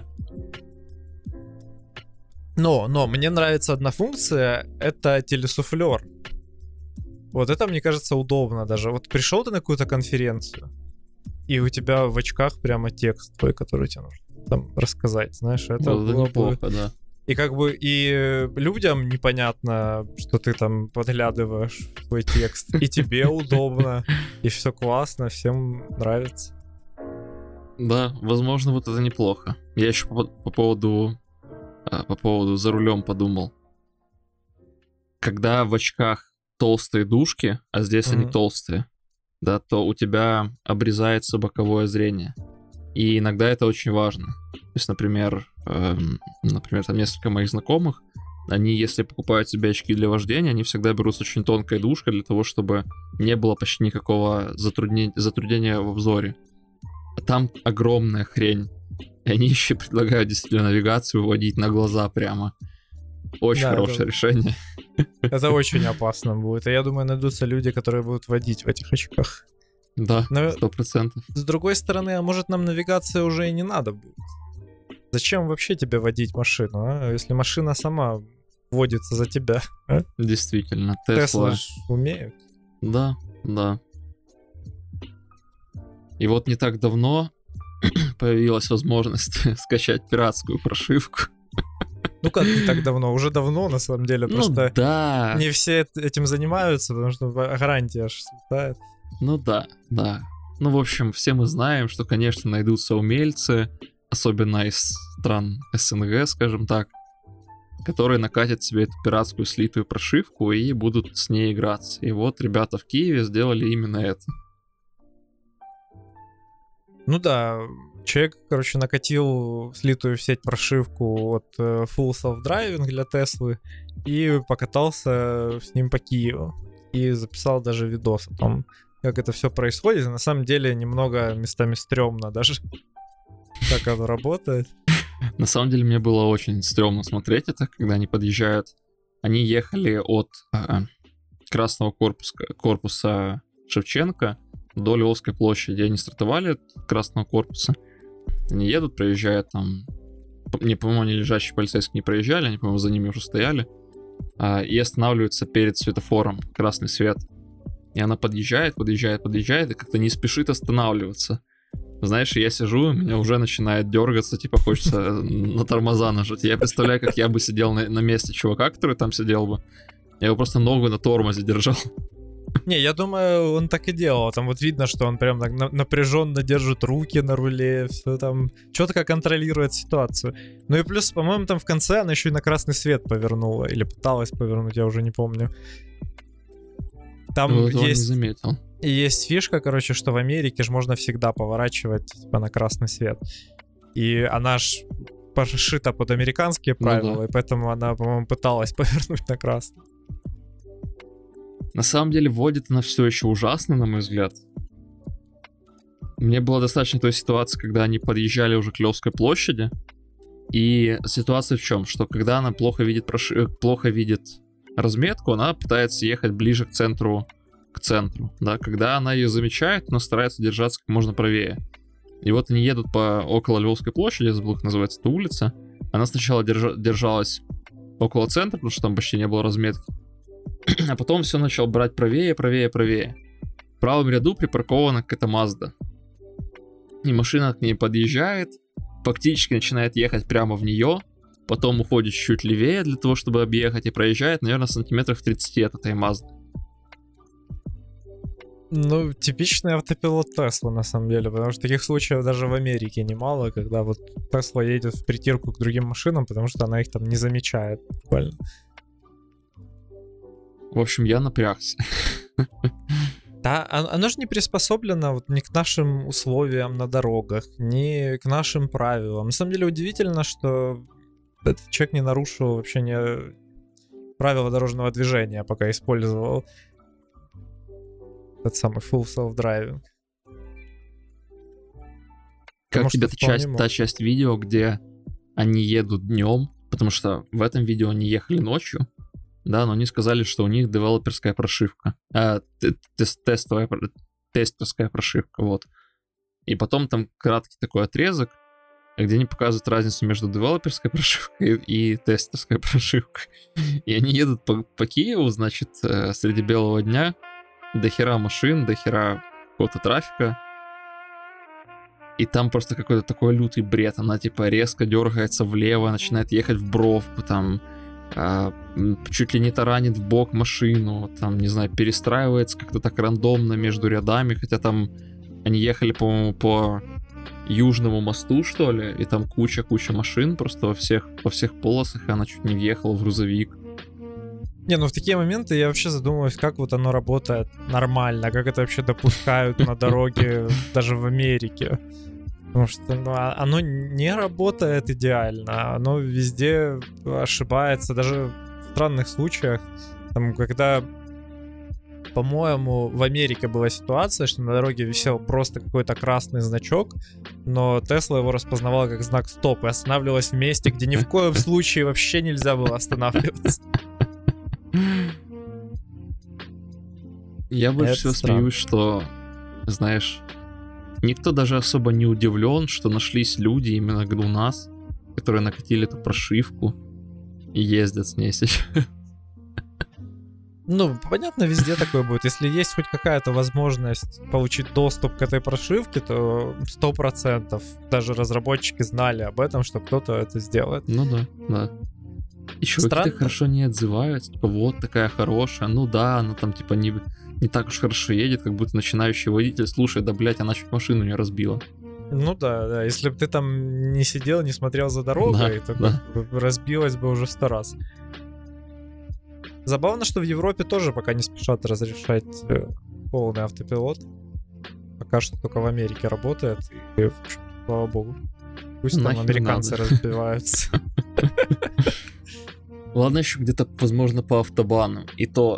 Но, но мне нравится одна функция, это телесуфлер. Вот это, мне кажется, удобно даже. Вот пришел ты на какую-то конференцию, и у тебя в очках прямо текст твой, который тебе нужно там рассказать, знаешь, это было, было неплохо, бы... да. И как бы и людям непонятно, что ты там подглядываешь в твой текст, и тебе удобно, и все классно, всем нравится. Да, возможно, вот это неплохо. Я еще по, по поводу по поводу за рулем подумал. Когда в очках толстые душки, а здесь mm-hmm. они толстые, да, то у тебя обрезается боковое зрение. И иногда это очень важно. То есть, например, эм, например, там несколько моих знакомых, они, если покупают себе очки для вождения, они всегда берут с очень тонкой душкой для того, чтобы не было почти никакого затруднения, затруднения в обзоре. А там огромная хрень. И они еще предлагают действительно навигацию вводить на глаза прямо. Очень да, хорошее это... решение. Это очень опасно будет. И я думаю, найдутся люди, которые будут водить в этих очках. Да, сто процентов. С другой стороны, а может нам навигация уже и не надо будет? Зачем вообще тебе водить машину, а? Если машина сама водится за тебя? А? Действительно, Тесла... Тесла умеют. Да, да. И вот не так давно появилась возможность скачать пиратскую прошивку. Ну как не так давно? Уже давно, на самом деле. Просто ну, да. не все этим занимаются, потому что гарантия аж слетает. Ну да, да. Ну, в общем, все мы знаем, что, конечно, найдутся умельцы, особенно из стран эс эн гэ, скажем так, которые накатят себе эту пиратскую слитую прошивку и будут с ней играться. И вот ребята в Киеве сделали именно это. Ну да, человек, короче, накатил слитую в сеть прошивку от uh, Full Self-Driving для Теслы и покатался с ним по Киеву. И записал даже видос о том, как это все происходит. И на самом деле немного местами стрёмно даже, как оно работает. На самом деле мне было очень стрёмно смотреть это, когда они подъезжают. Они ехали от а, Красного корпуса, корпуса Шевченко до Львовской площади. Они стартовали от Красного корпуса. Они едут, проезжают там... Не, по-моему, они лежачие полицейские не проезжали, они, по-моему, за ними уже стояли. А, и останавливаются перед светофором. Красный свет. И она подъезжает, подъезжает, подъезжает и как-то не спешит останавливаться. Знаешь, я сижу, меня уже начинает дергаться, типа хочется на тормоза нажать. Я представляю, как я бы сидел на, на месте чувака, который там сидел бы. Я его просто ногу на тормозе держал. Не, я думаю, он так и делал. Там вот видно, что он прям на- напряженно держит руки на руле, все там четко контролирует ситуацию. Ну и плюс, по-моему, там в конце она еще и на красный свет повернула. Или пыталась повернуть, я уже не помню. Там Ну, этого есть... не заметил. И есть фишка, короче, что в Америке же можно всегда поворачивать типа на красный свет. И она ж пошита под американские правила, Ну да. и поэтому она, по-моему, пыталась повернуть на красный. На самом деле, вводит она все еще ужасно, на мой взгляд. Мне было достаточно той ситуации, когда они подъезжали уже к Львовской площади. И ситуация в чем? Что когда она плохо видит, проши... плохо видит разметку, она пытается ехать ближе к центру, к центру, да, когда она ее замечает, она старается держаться как можно правее. И вот они едут по около Львовской площади, я забыл, как называется эта улица. Она сначала держа... держалась около центра, потому что там почти не было разметки. А потом все начал брать правее, правее, правее. В правом ряду припаркована какая-то Mazda. И машина к ней подъезжает, фактически начинает ехать прямо в нее, потом уходит чуть левее для того, чтобы объехать, и проезжает, наверное, сантиметров тридцать от этой Mazda. Ну, типичный автопилот Тесла, на самом деле, потому что таких случаев даже в Америке немало, когда вот Тесла едет в притирку к другим машинам, потому что она их там не замечает, буквально. В общем, я напрягся. Да, оно же не приспособлено вот ни к нашим условиям на дорогах, ни к нашим правилам. На самом деле удивительно, что этот человек не нарушил вообще не правила дорожного движения, пока использовал этот самый full self-driving. Как Потому тебе что та часть, вполне та мог. часть видео, где они едут днем, потому что в этом видео они ехали ночью, да, но они сказали, что у них девелоперская прошивка, а, т- тест- тестовая, про- тестерская прошивка, вот. И потом там краткий такой отрезок, где они показывают разницу между девелоперской прошивкой и тестерской прошивкой. И они едут по, по Киеву, значит, э, среди белого дня, до хера машин, до хера какого-то трафика. И там просто какой-то такой лютый бред. Она типа резко дергается влево, начинает ехать в бровку, там а, чуть ли не таранит в бок машину, там, не знаю, перестраивается как-то так рандомно между рядами, хотя там они ехали, по-моему, по Южному мосту, что ли, и там куча-куча машин просто во всех, во всех полосах, и она чуть не въехала в грузовик. Не, ну в такие моменты я вообще задумываюсь, как вот оно работает нормально, как это вообще допускают на дороге даже в Америке. Потому что ну, а- оно не работает идеально, оно везде ошибается, даже в странных случаях, там, когда, по-моему, в Америке была ситуация, что на дороге висел просто какой-то красный значок, но Тесла его распознавала как знак стоп и останавливалась в месте, где ни в коем случае вообще нельзя было останавливаться. Я больше Это всего странно. смеюсь, что, знаешь, никто даже особо не удивлен, что нашлись люди именно у нас, которые накатили эту прошивку и ездят с ней сейчас. Ну, понятно, везде такое будет. Если есть хоть какая-то возможность получить доступ к этой прошивке, то сто процентов даже разработчики знали об этом, что кто-то это сделает. Ну да, да. И чуваки Странно. так хорошо не отзываются, типа, вот такая хорошая, ну да, она там типа не, не так уж хорошо едет, как будто начинающий водитель, слушай, да блять, она чуть машину не разбила. Ну да, да. Если бы ты там не сидел, не смотрел за дорогой, Да, то да. как бы разбилась бы уже сто раз. Забавно, что в Европе тоже пока не спешат разрешать э, полный автопилот. Пока что только в Америке работает, и, в общем, слава богу. Пусть там Нахер американцы надо. разбиваются. Ладно, еще где-то, возможно, по автобанам. И то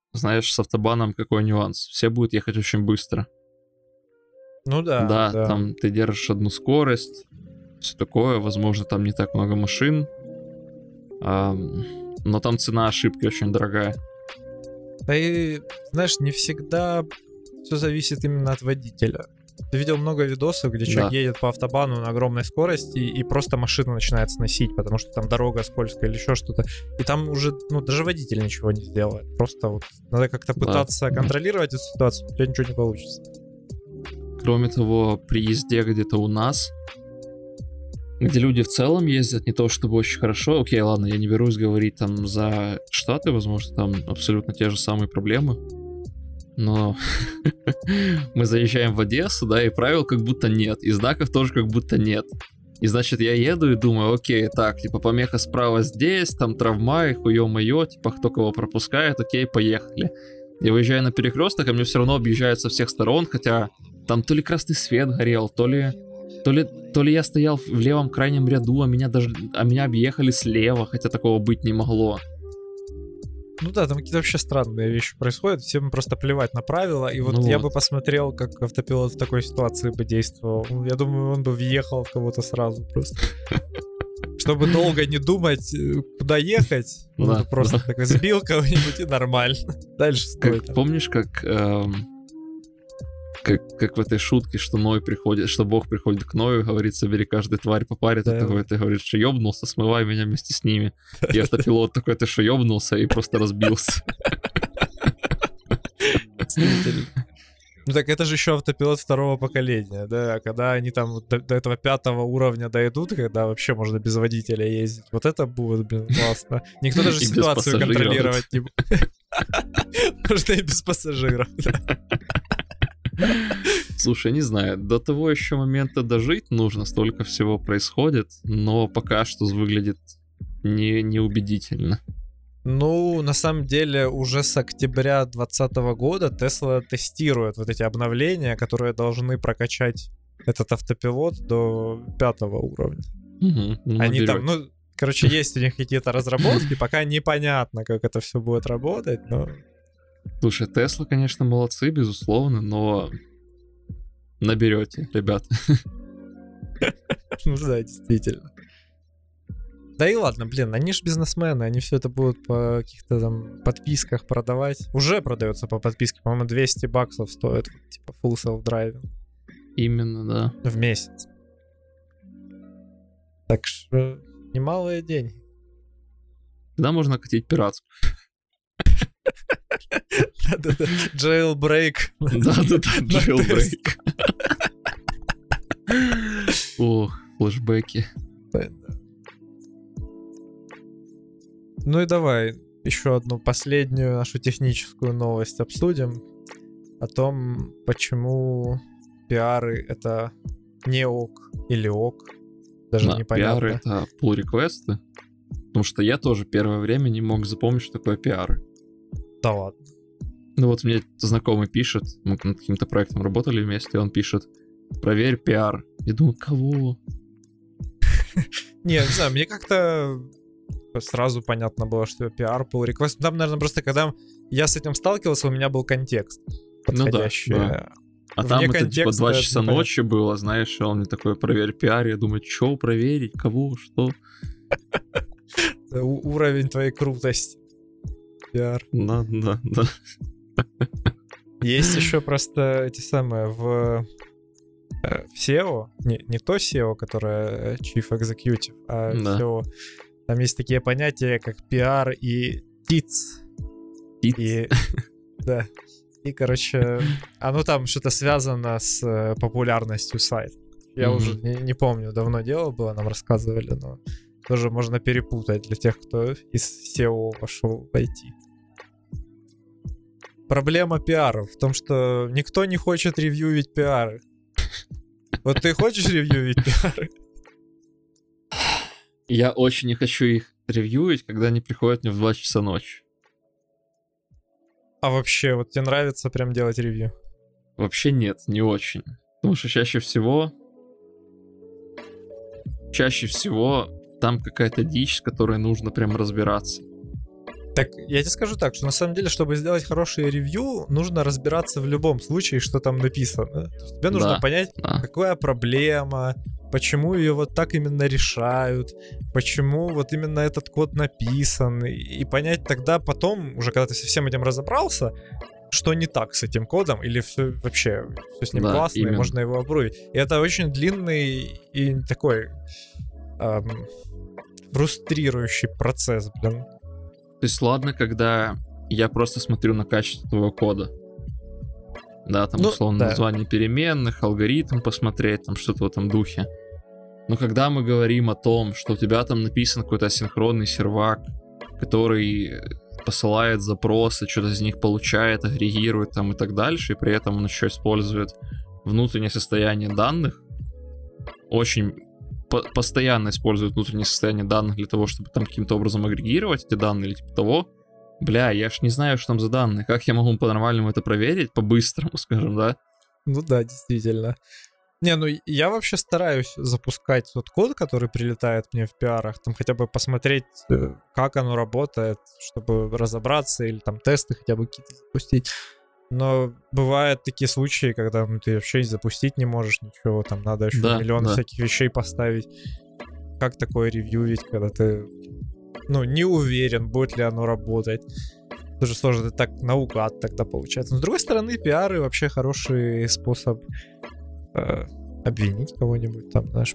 знаешь, с автобаном какой нюанс? Все будут ехать очень быстро. Ну да, Да, да. там ты держишь одну скорость, все такое, возможно, там не так много машин, а, но там цена ошибки очень дорогая. Да и, знаешь, не всегда все зависит именно от водителя. Ты видел много видосов, где человек Да. едет по автобану на огромной скорости, и просто машина начинает сносить, потому что там дорога скользкая или еще что-то. И там уже, ну, даже водитель ничего не сделает. Просто вот надо как-то Да. пытаться контролировать эту ситуацию, у тебя ничего не получится. Кроме того, при езде где-то у нас, где люди в целом ездят не то чтобы очень хорошо, окей, ладно, я не берусь говорить там за Штаты, возможно, там абсолютно те же самые проблемы, но мы заезжаем в Одессу, да, и правил как будто нет, и знаков тоже как будто нет. И значит, я еду и думаю, окей, так, типа, помеха справа здесь, там травма, и хуё-моё, типа, кто кого пропускает, окей, поехали. Я выезжаю на перекресток, а мне все равно объезжают со всех сторон, хотя там то ли красный свет горел, то ли, то ли, то ли я стоял в левом крайнем ряду, а меня даже, а меня объехали слева, хотя такого быть не могло. Ну да, там какие-то вообще странные вещи происходят, всем просто плевать на правила, и вот Ну я вот. бы посмотрел, как автопилот в такой ситуации бы действовал. Ну, я думаю, он бы въехал в кого-то сразу просто. Чтобы долго не думать, э, куда ехать, он Да, бы просто да. такой сбил кого-нибудь и нормально. Дальше стой Как, там. помнишь, как, эм, как, как в этой шутке, что Ной приходит, что Бог приходит к Ною, говорит, собери каждую тварь по паре, ты Да. такой, ты говоришь, что ёбнулся, смывай меня вместе с ними. И автопилот такой, ты что, ёбнулся, и просто разбился. Действительно. Ну так это же еще автопилот второго поколения, да, когда они там вот до, до этого пятого уровня дойдут, когда вообще можно без водителя ездить. Вот это будет, блин, классно. Никто даже И без ситуацию пассажиров. контролировать не будет. Можно и без пассажиров. Слушай, не знаю, до того еще момента дожить нужно, столько всего происходит, но пока что выглядит не, неубедительно. Ну, на самом деле, уже с октября двадцатого года Tesla тестирует вот эти обновления, которые должны прокачать этот автопилот до пятого уровня. Угу, ну, Они наберёт. там, ну, короче, есть у них какие-то разработки, пока непонятно, как это все будет работать, но... Слушай, Тесла, конечно, молодцы, безусловно, но наберете, ребят. Ну да, действительно. Да и ладно, блин, они же бизнесмены, они все это будут по каких-то там подписках продавать. Уже продается по подписке, по-моему, двести баксов стоит, типа full self-driving Именно, да. в месяц. Так что немалые деньги. Когда можно катить пиратскую? Да-да-да, jailbreak. Да-да-да, На jailbreak. Ох, флешбеки. Ну и давай еще одну последнюю нашу техническую новость обсудим. О том, почему пиары это не ок или ок. Даже Да, непонятно. пиары — это pull реквесты. Потому что я тоже первое время не мог запомнить, что такое пиары. Да ладно. Ну вот мне знакомый пишет, мы над каким-то проектом работали вместе, он пишет, проверь пиар. Я думаю, кого? Не, не знаю, мне как-то сразу понятно было, что пиар, pull request. Там, наверное, просто когда я с этим сталкивался, у меня был контекст подходящий. Ну да, да. А Вне там это типа контекста два это часа непонятно. ночи было, знаешь, и он мне такой, проверь пиар. Я думаю, что проверить, кого, что? У- уровень твоей крутости. Пиар. Да, да, да. Есть еще просто эти самые в, э, в сео, не, не то сео, которое Chief Executive, а Да. сео. Там есть такие понятия, как пиар и тиц. Тиц. И, да. И, короче, оно там что-то связано с э, популярностью сайта. Я Мгм. уже не, не помню, давно дело было, нам рассказывали, но тоже можно перепутать для тех, кто из сео пошел в ай ти. Проблема пиаров в том, что никто не хочет ревьювить пиары. Вот ты хочешь ревьювить пиары? Я очень не хочу их ревьюить, когда они приходят мне в два часа ночи. А вообще, вот тебе нравится прям делать ревью? Вообще нет, не очень. Потому что чаще всего... Чаще всего там какая-то дичь, с которой нужно прям разбираться. Так, я тебе скажу так, что на самом деле, чтобы сделать хорошее ревью, нужно разбираться в любом случае, что там написано. То есть тебе нужно Да, понять, да. какая проблема, почему ее вот так именно решают, почему вот именно этот код написан, и, и понять тогда потом, уже когда ты со всем этим разобрался, что не так с этим кодом, или все вообще все с ним Да, классно, именно. и можно его обрубить. И это очень длинный и такой эм, фрустрирующий процесс, блин. То есть ладно, когда я просто смотрю на качество твоего кода. Да, там, Ну, условно, да. название переменных, алгоритм посмотреть, там что-то в этом духе. Но когда мы говорим о том, что у тебя там написан какой-то асинхронный сервак, который посылает запросы, что-то из них получает, агрегирует там и так дальше, и при этом он еще использует внутреннее состояние данных, очень по- постоянно использует внутреннее состояние данных для того, чтобы там каким-то образом агрегировать эти данные или типа того. Бля, я ж не знаю, что там за данные. Как я могу по-нормальному это проверить? По-быстрому, скажем, да? Ну да, действительно. Не, ну я вообще стараюсь запускать тот код, который прилетает мне в пиарах, там хотя бы посмотреть, э, как оно работает, чтобы разобраться, или там тесты хотя бы какие-то запустить. Но бывают такие случаи, когда ну, ты вообще запустить не можешь ничего, там надо еще Да, миллион да. всяких вещей поставить. Как такое ревьюить, когда ты ну, не уверен, будет ли оно работать? Тоже сложно, это так наугад тогда получается. Но с другой стороны, пиары вообще хороший способ э, обвинить кого-нибудь, там, знаешь,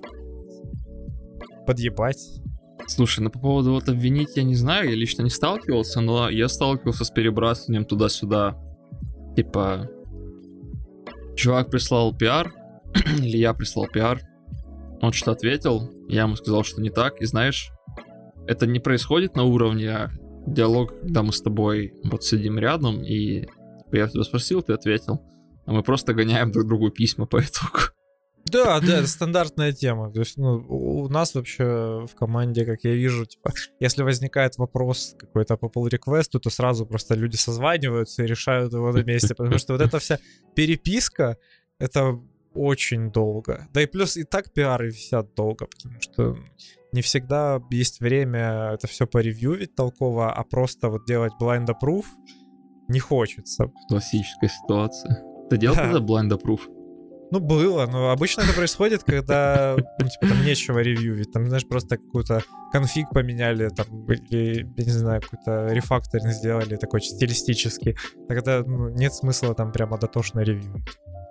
подъебать. Слушай, ну по поводу вот обвинить я не знаю, я лично не сталкивался, но я сталкивался с перебрасыванием туда-сюда. Типа, чувак прислал пиар, или я прислал пиар, он что-то ответил, я ему сказал, что не так, и знаешь, это не происходит на уровне диалога, когда мы с тобой вот сидим рядом, и типа, я тебя спросил, ты ответил, а мы просто гоняем друг другу письма по итогу. Да, да, это стандартная тема. То есть, ну, у нас вообще в команде, как я вижу, типа, если возникает вопрос какой-то по pull-реквесту, то сразу просто люди созваниваются и решают его на месте, потому что вот эта вся переписка, это очень долго. Да и плюс и так пиары висят долго, потому что не всегда есть время это все поревьювить толково, а просто вот делать blind approve не хочется. Классическая ситуация. Ты делал Да. когда blind approve? Ну, было, но обычно это происходит, когда, ну, типа, там нечего ревьювить. Там, знаешь, просто какой-то конфиг поменяли, там, или, я не знаю, какой-то рефакторинг сделали такой стилистический. Тогда, ну, нет смысла там прямо дотошно ревьюить.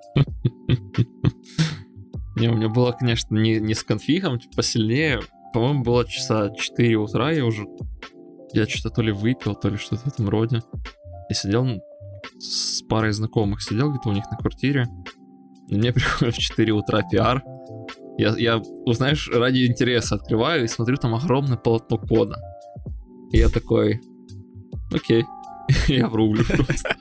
Не, у меня было, конечно, не, не с конфигом, типа, посильнее. По-моему, было часа четыре утра, я уже... Я что-то то ли выпил, то ли что-то в этом роде. И сидел с парой знакомых, сидел где-то у них на квартире. И мне приходит в четыре утра пиар. Я, я, знаешь, ради интереса открываю и смотрю, там огромное полотно кода. И я такой, окей, я врублю просто.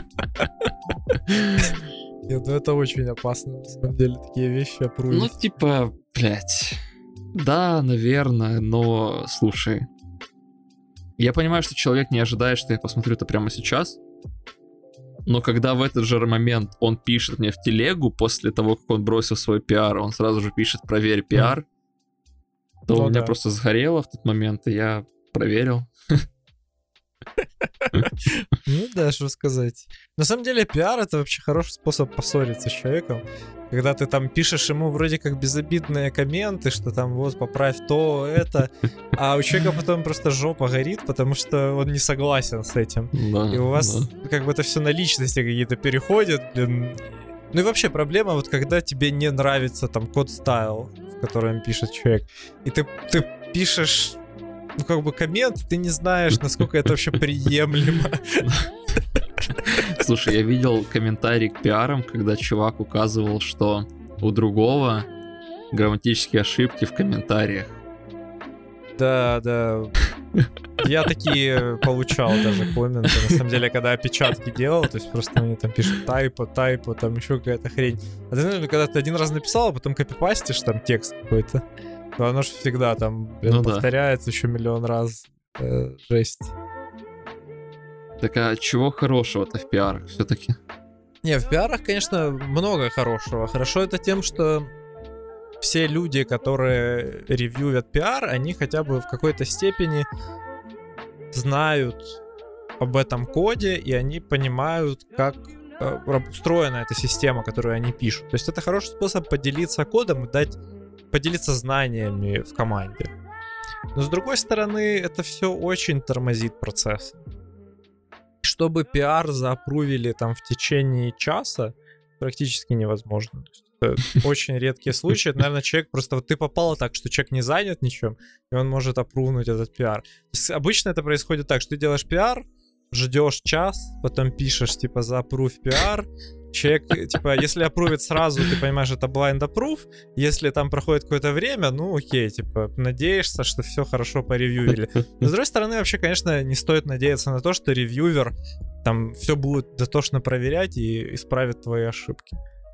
Нет, ну это очень опасно, на самом деле, такие вещи опрувить. Ну, типа, блядь, да, наверное, но, слушай, я понимаю, что человек не ожидает, что я посмотрю это прямо сейчас, но когда в этот же момент он пишет мне в телегу, после того, как он бросил свой пиар, он сразу же пишет «проверь пиар», то Ну у меня да. просто сгорело в тот момент, и я проверил. Ну да, что сказать. На самом деле, пиар — это вообще хороший способ поссориться с человеком. Когда ты там пишешь ему вроде как безобидные комменты, что там вот поправь то, это, а у человека потом просто жопа горит, потому что он не согласен с этим. Да, И у вас да. как бы это все на личности какие-то переходит, блин. Ну и вообще проблема, вот когда тебе не нравится там код стайл, в котором пишет человек, и ты, ты пишешь, ну как бы коммент, ты не знаешь, насколько это вообще приемлемо. Слушай, я видел комментарий к пиарам, когда чувак указывал, что у другого грамматические ошибки в комментариях. Да, да. Я такие получал даже комменты, на самом деле, когда опечатки делал, то есть просто они там пишут тайпо, тайпо, там еще какая-то хрень. А ты знаешь, когда ты один раз написал, а потом копипастишь там текст какой-то, то оно же всегда там блин, Ну да. повторяется еще миллион раз. Э, жесть. Так а чего хорошего-то в пиарах все-таки? Не, в пиарах, конечно, много хорошего. Хорошо это тем, что все люди, которые ревьюют пиар, они хотя бы в какой-то степени знают об этом коде, и они понимают, как э, устроена эта система, которую они пишут. То есть это хороший способ поделиться кодом и дать, поделиться знаниями в команде. Но с другой стороны, это все очень тормозит процесс. Чтобы пиар заапрувили там в течение часа, практически невозможно. Это очень редкие случаи. Это, наверное, человек просто... Вот ты попала так, что человек не занят ничем, и он может апрувнуть этот пиар. То есть обычно это происходит так, что ты делаешь пиар, ждешь час, потом пишешь, типа, заапрув пиар. Человек, типа, если апрувит сразу, ты понимаешь, это blind approve. Если там проходит какое-то время, ну окей, типа, надеешься, что все хорошо поревьювили. Но с другой стороны, вообще, конечно, не стоит надеяться на то, что ревьювер там все будет дотошно проверять и исправит твои ошибки.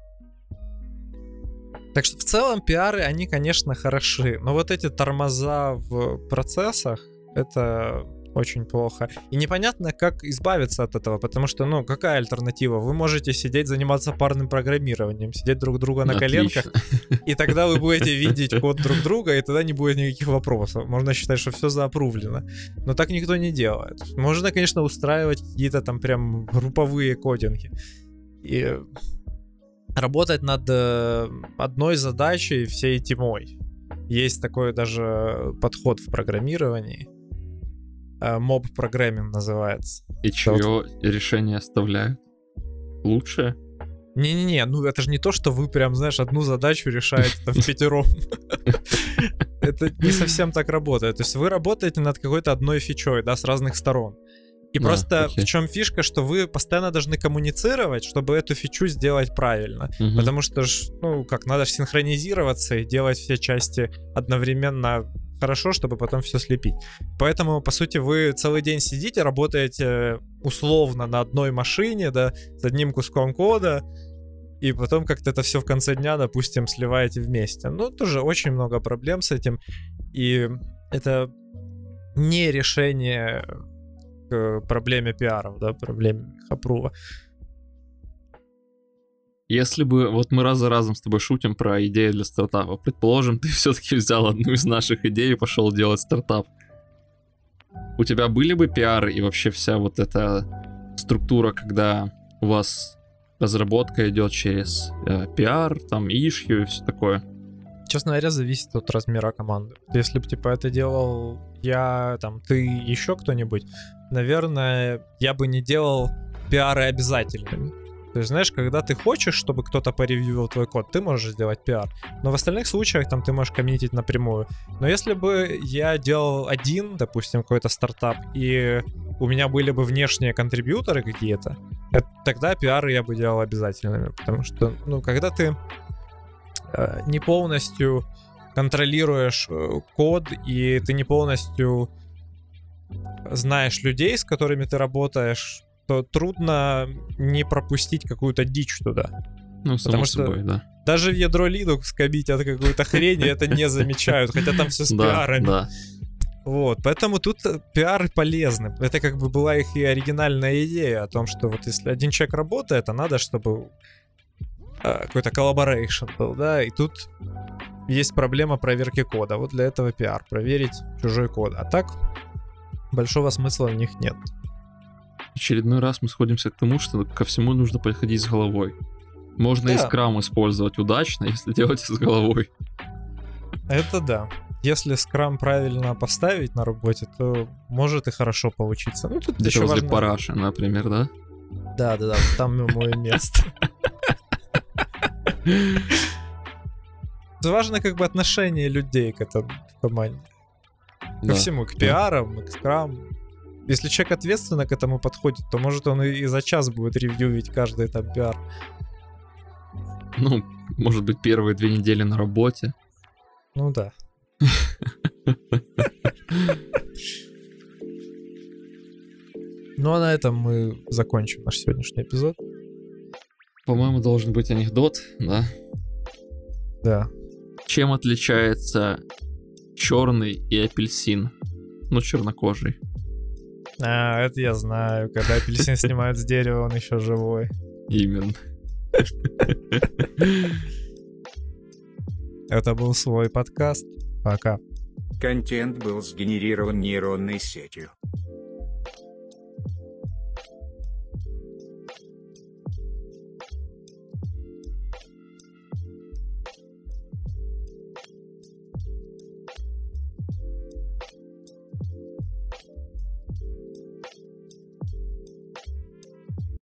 Так что в целом пиары, они, конечно, хороши, но вот эти тормоза в процессах, это очень плохо. И непонятно, как избавиться от этого, потому что, ну, какая альтернатива? Вы можете сидеть, заниматься парным программированием, сидеть друг друга на Отлично. коленках, и тогда вы будете видеть код друг друга, и тогда не будет никаких вопросов. Можно считать, что все заапрувлено. Но так никто не делает. Можно, конечно, устраивать какие-то там прям групповые кодинги. И работать над одной задачей всей тимой. Есть такой даже подход в программировании. Моб-программинг называется. И чье решение оставляют? Лучшее? Не-не-не, ну это же не то, что вы прям, знаешь, одну задачу решаете там впятером. Это не совсем так работает. То есть вы работаете над какой-то одной фичой, да, с разных сторон. И просто в чем фишка, что вы постоянно должны коммуницировать, чтобы эту фичу сделать правильно. Потому что, ну, как, надо же синхронизироваться и делать все части одновременно хорошо, чтобы потом все слепить. Поэтому, по сути, вы целый день сидите, работаете условно на одной машине, да, с одним куском кода, и потом как-то это все в конце дня, допустим, сливаете вместе. Ну, тоже очень много проблем с этим, и это не решение к проблеме пиаров, да, проблеме апрува. Если бы, вот мы раз за разом с тобой шутим про идеи для стартапа, предположим, ты все-таки взял одну из наших идей и пошел делать стартап. У тебя были бы пиары и вообще вся вот эта структура, когда у вас разработка идет через э, пиар, там, ишью и все такое? Честно говоря, зависит от размера команды. Если бы, типа, это делал я, там, ты, еще кто-нибудь, наверное, я бы не делал пиары обязательными. То есть, знаешь, когда ты хочешь, чтобы кто-то поревьювил твой код, ты можешь сделать пиар. Но в остальных случаях там ты можешь коммитить напрямую. Но если бы я делал один, допустим, какой-то стартап, и у меня были бы внешние контрибьюторы какие-то, это, тогда пиары я бы делал обязательными. Потому что, ну, когда ты э, не полностью контролируешь э, код, и ты не полностью знаешь людей, с которыми ты работаешь, то трудно не пропустить какую-то дичь туда. Ну, само Потому собой, что да. даже в ядро Linux скобить от какую-то хрень, это не замечают, хотя там все с пиарами. Да. Вот, поэтому тут пиары полезны. Это как бы была их и оригинальная идея о том, что вот если один человек работает, то надо, чтобы э, какой-то collaboration был, да, и тут есть проблема проверки кода. Вот для этого пиар, проверить чужой код. А так большого смысла в них нет. В очередной раз мы сходимся к тому, что ко всему нужно подходить с головой. Можно да. и скрам использовать удачно, если делать с головой. Это да. Если скрам правильно поставить на работе, то может и хорошо получиться. Ну, тут где-то еще возле важно... параши, например, да? Да, да, да, там мое место. Важно как бы отношение людей к этому в команде. Ко всему, к пиарам, к скраму. Если человек ответственно к этому подходит, то может он и за час будет ревьювить каждый там пиар. Ну, может быть, первые две недели на работе. Ну да. Ну а на этом мы закончим наш сегодняшний эпизод. По-моему, должен быть анекдот, да? Да. Чем отличается черный и апельсин? Ну, чернокожий. А, это я знаю. Когда апельсин снимают с дерева, он еще живой. Именно. Это был свой подкаст. Пока. Контент был сгенерирован нейронной сетью.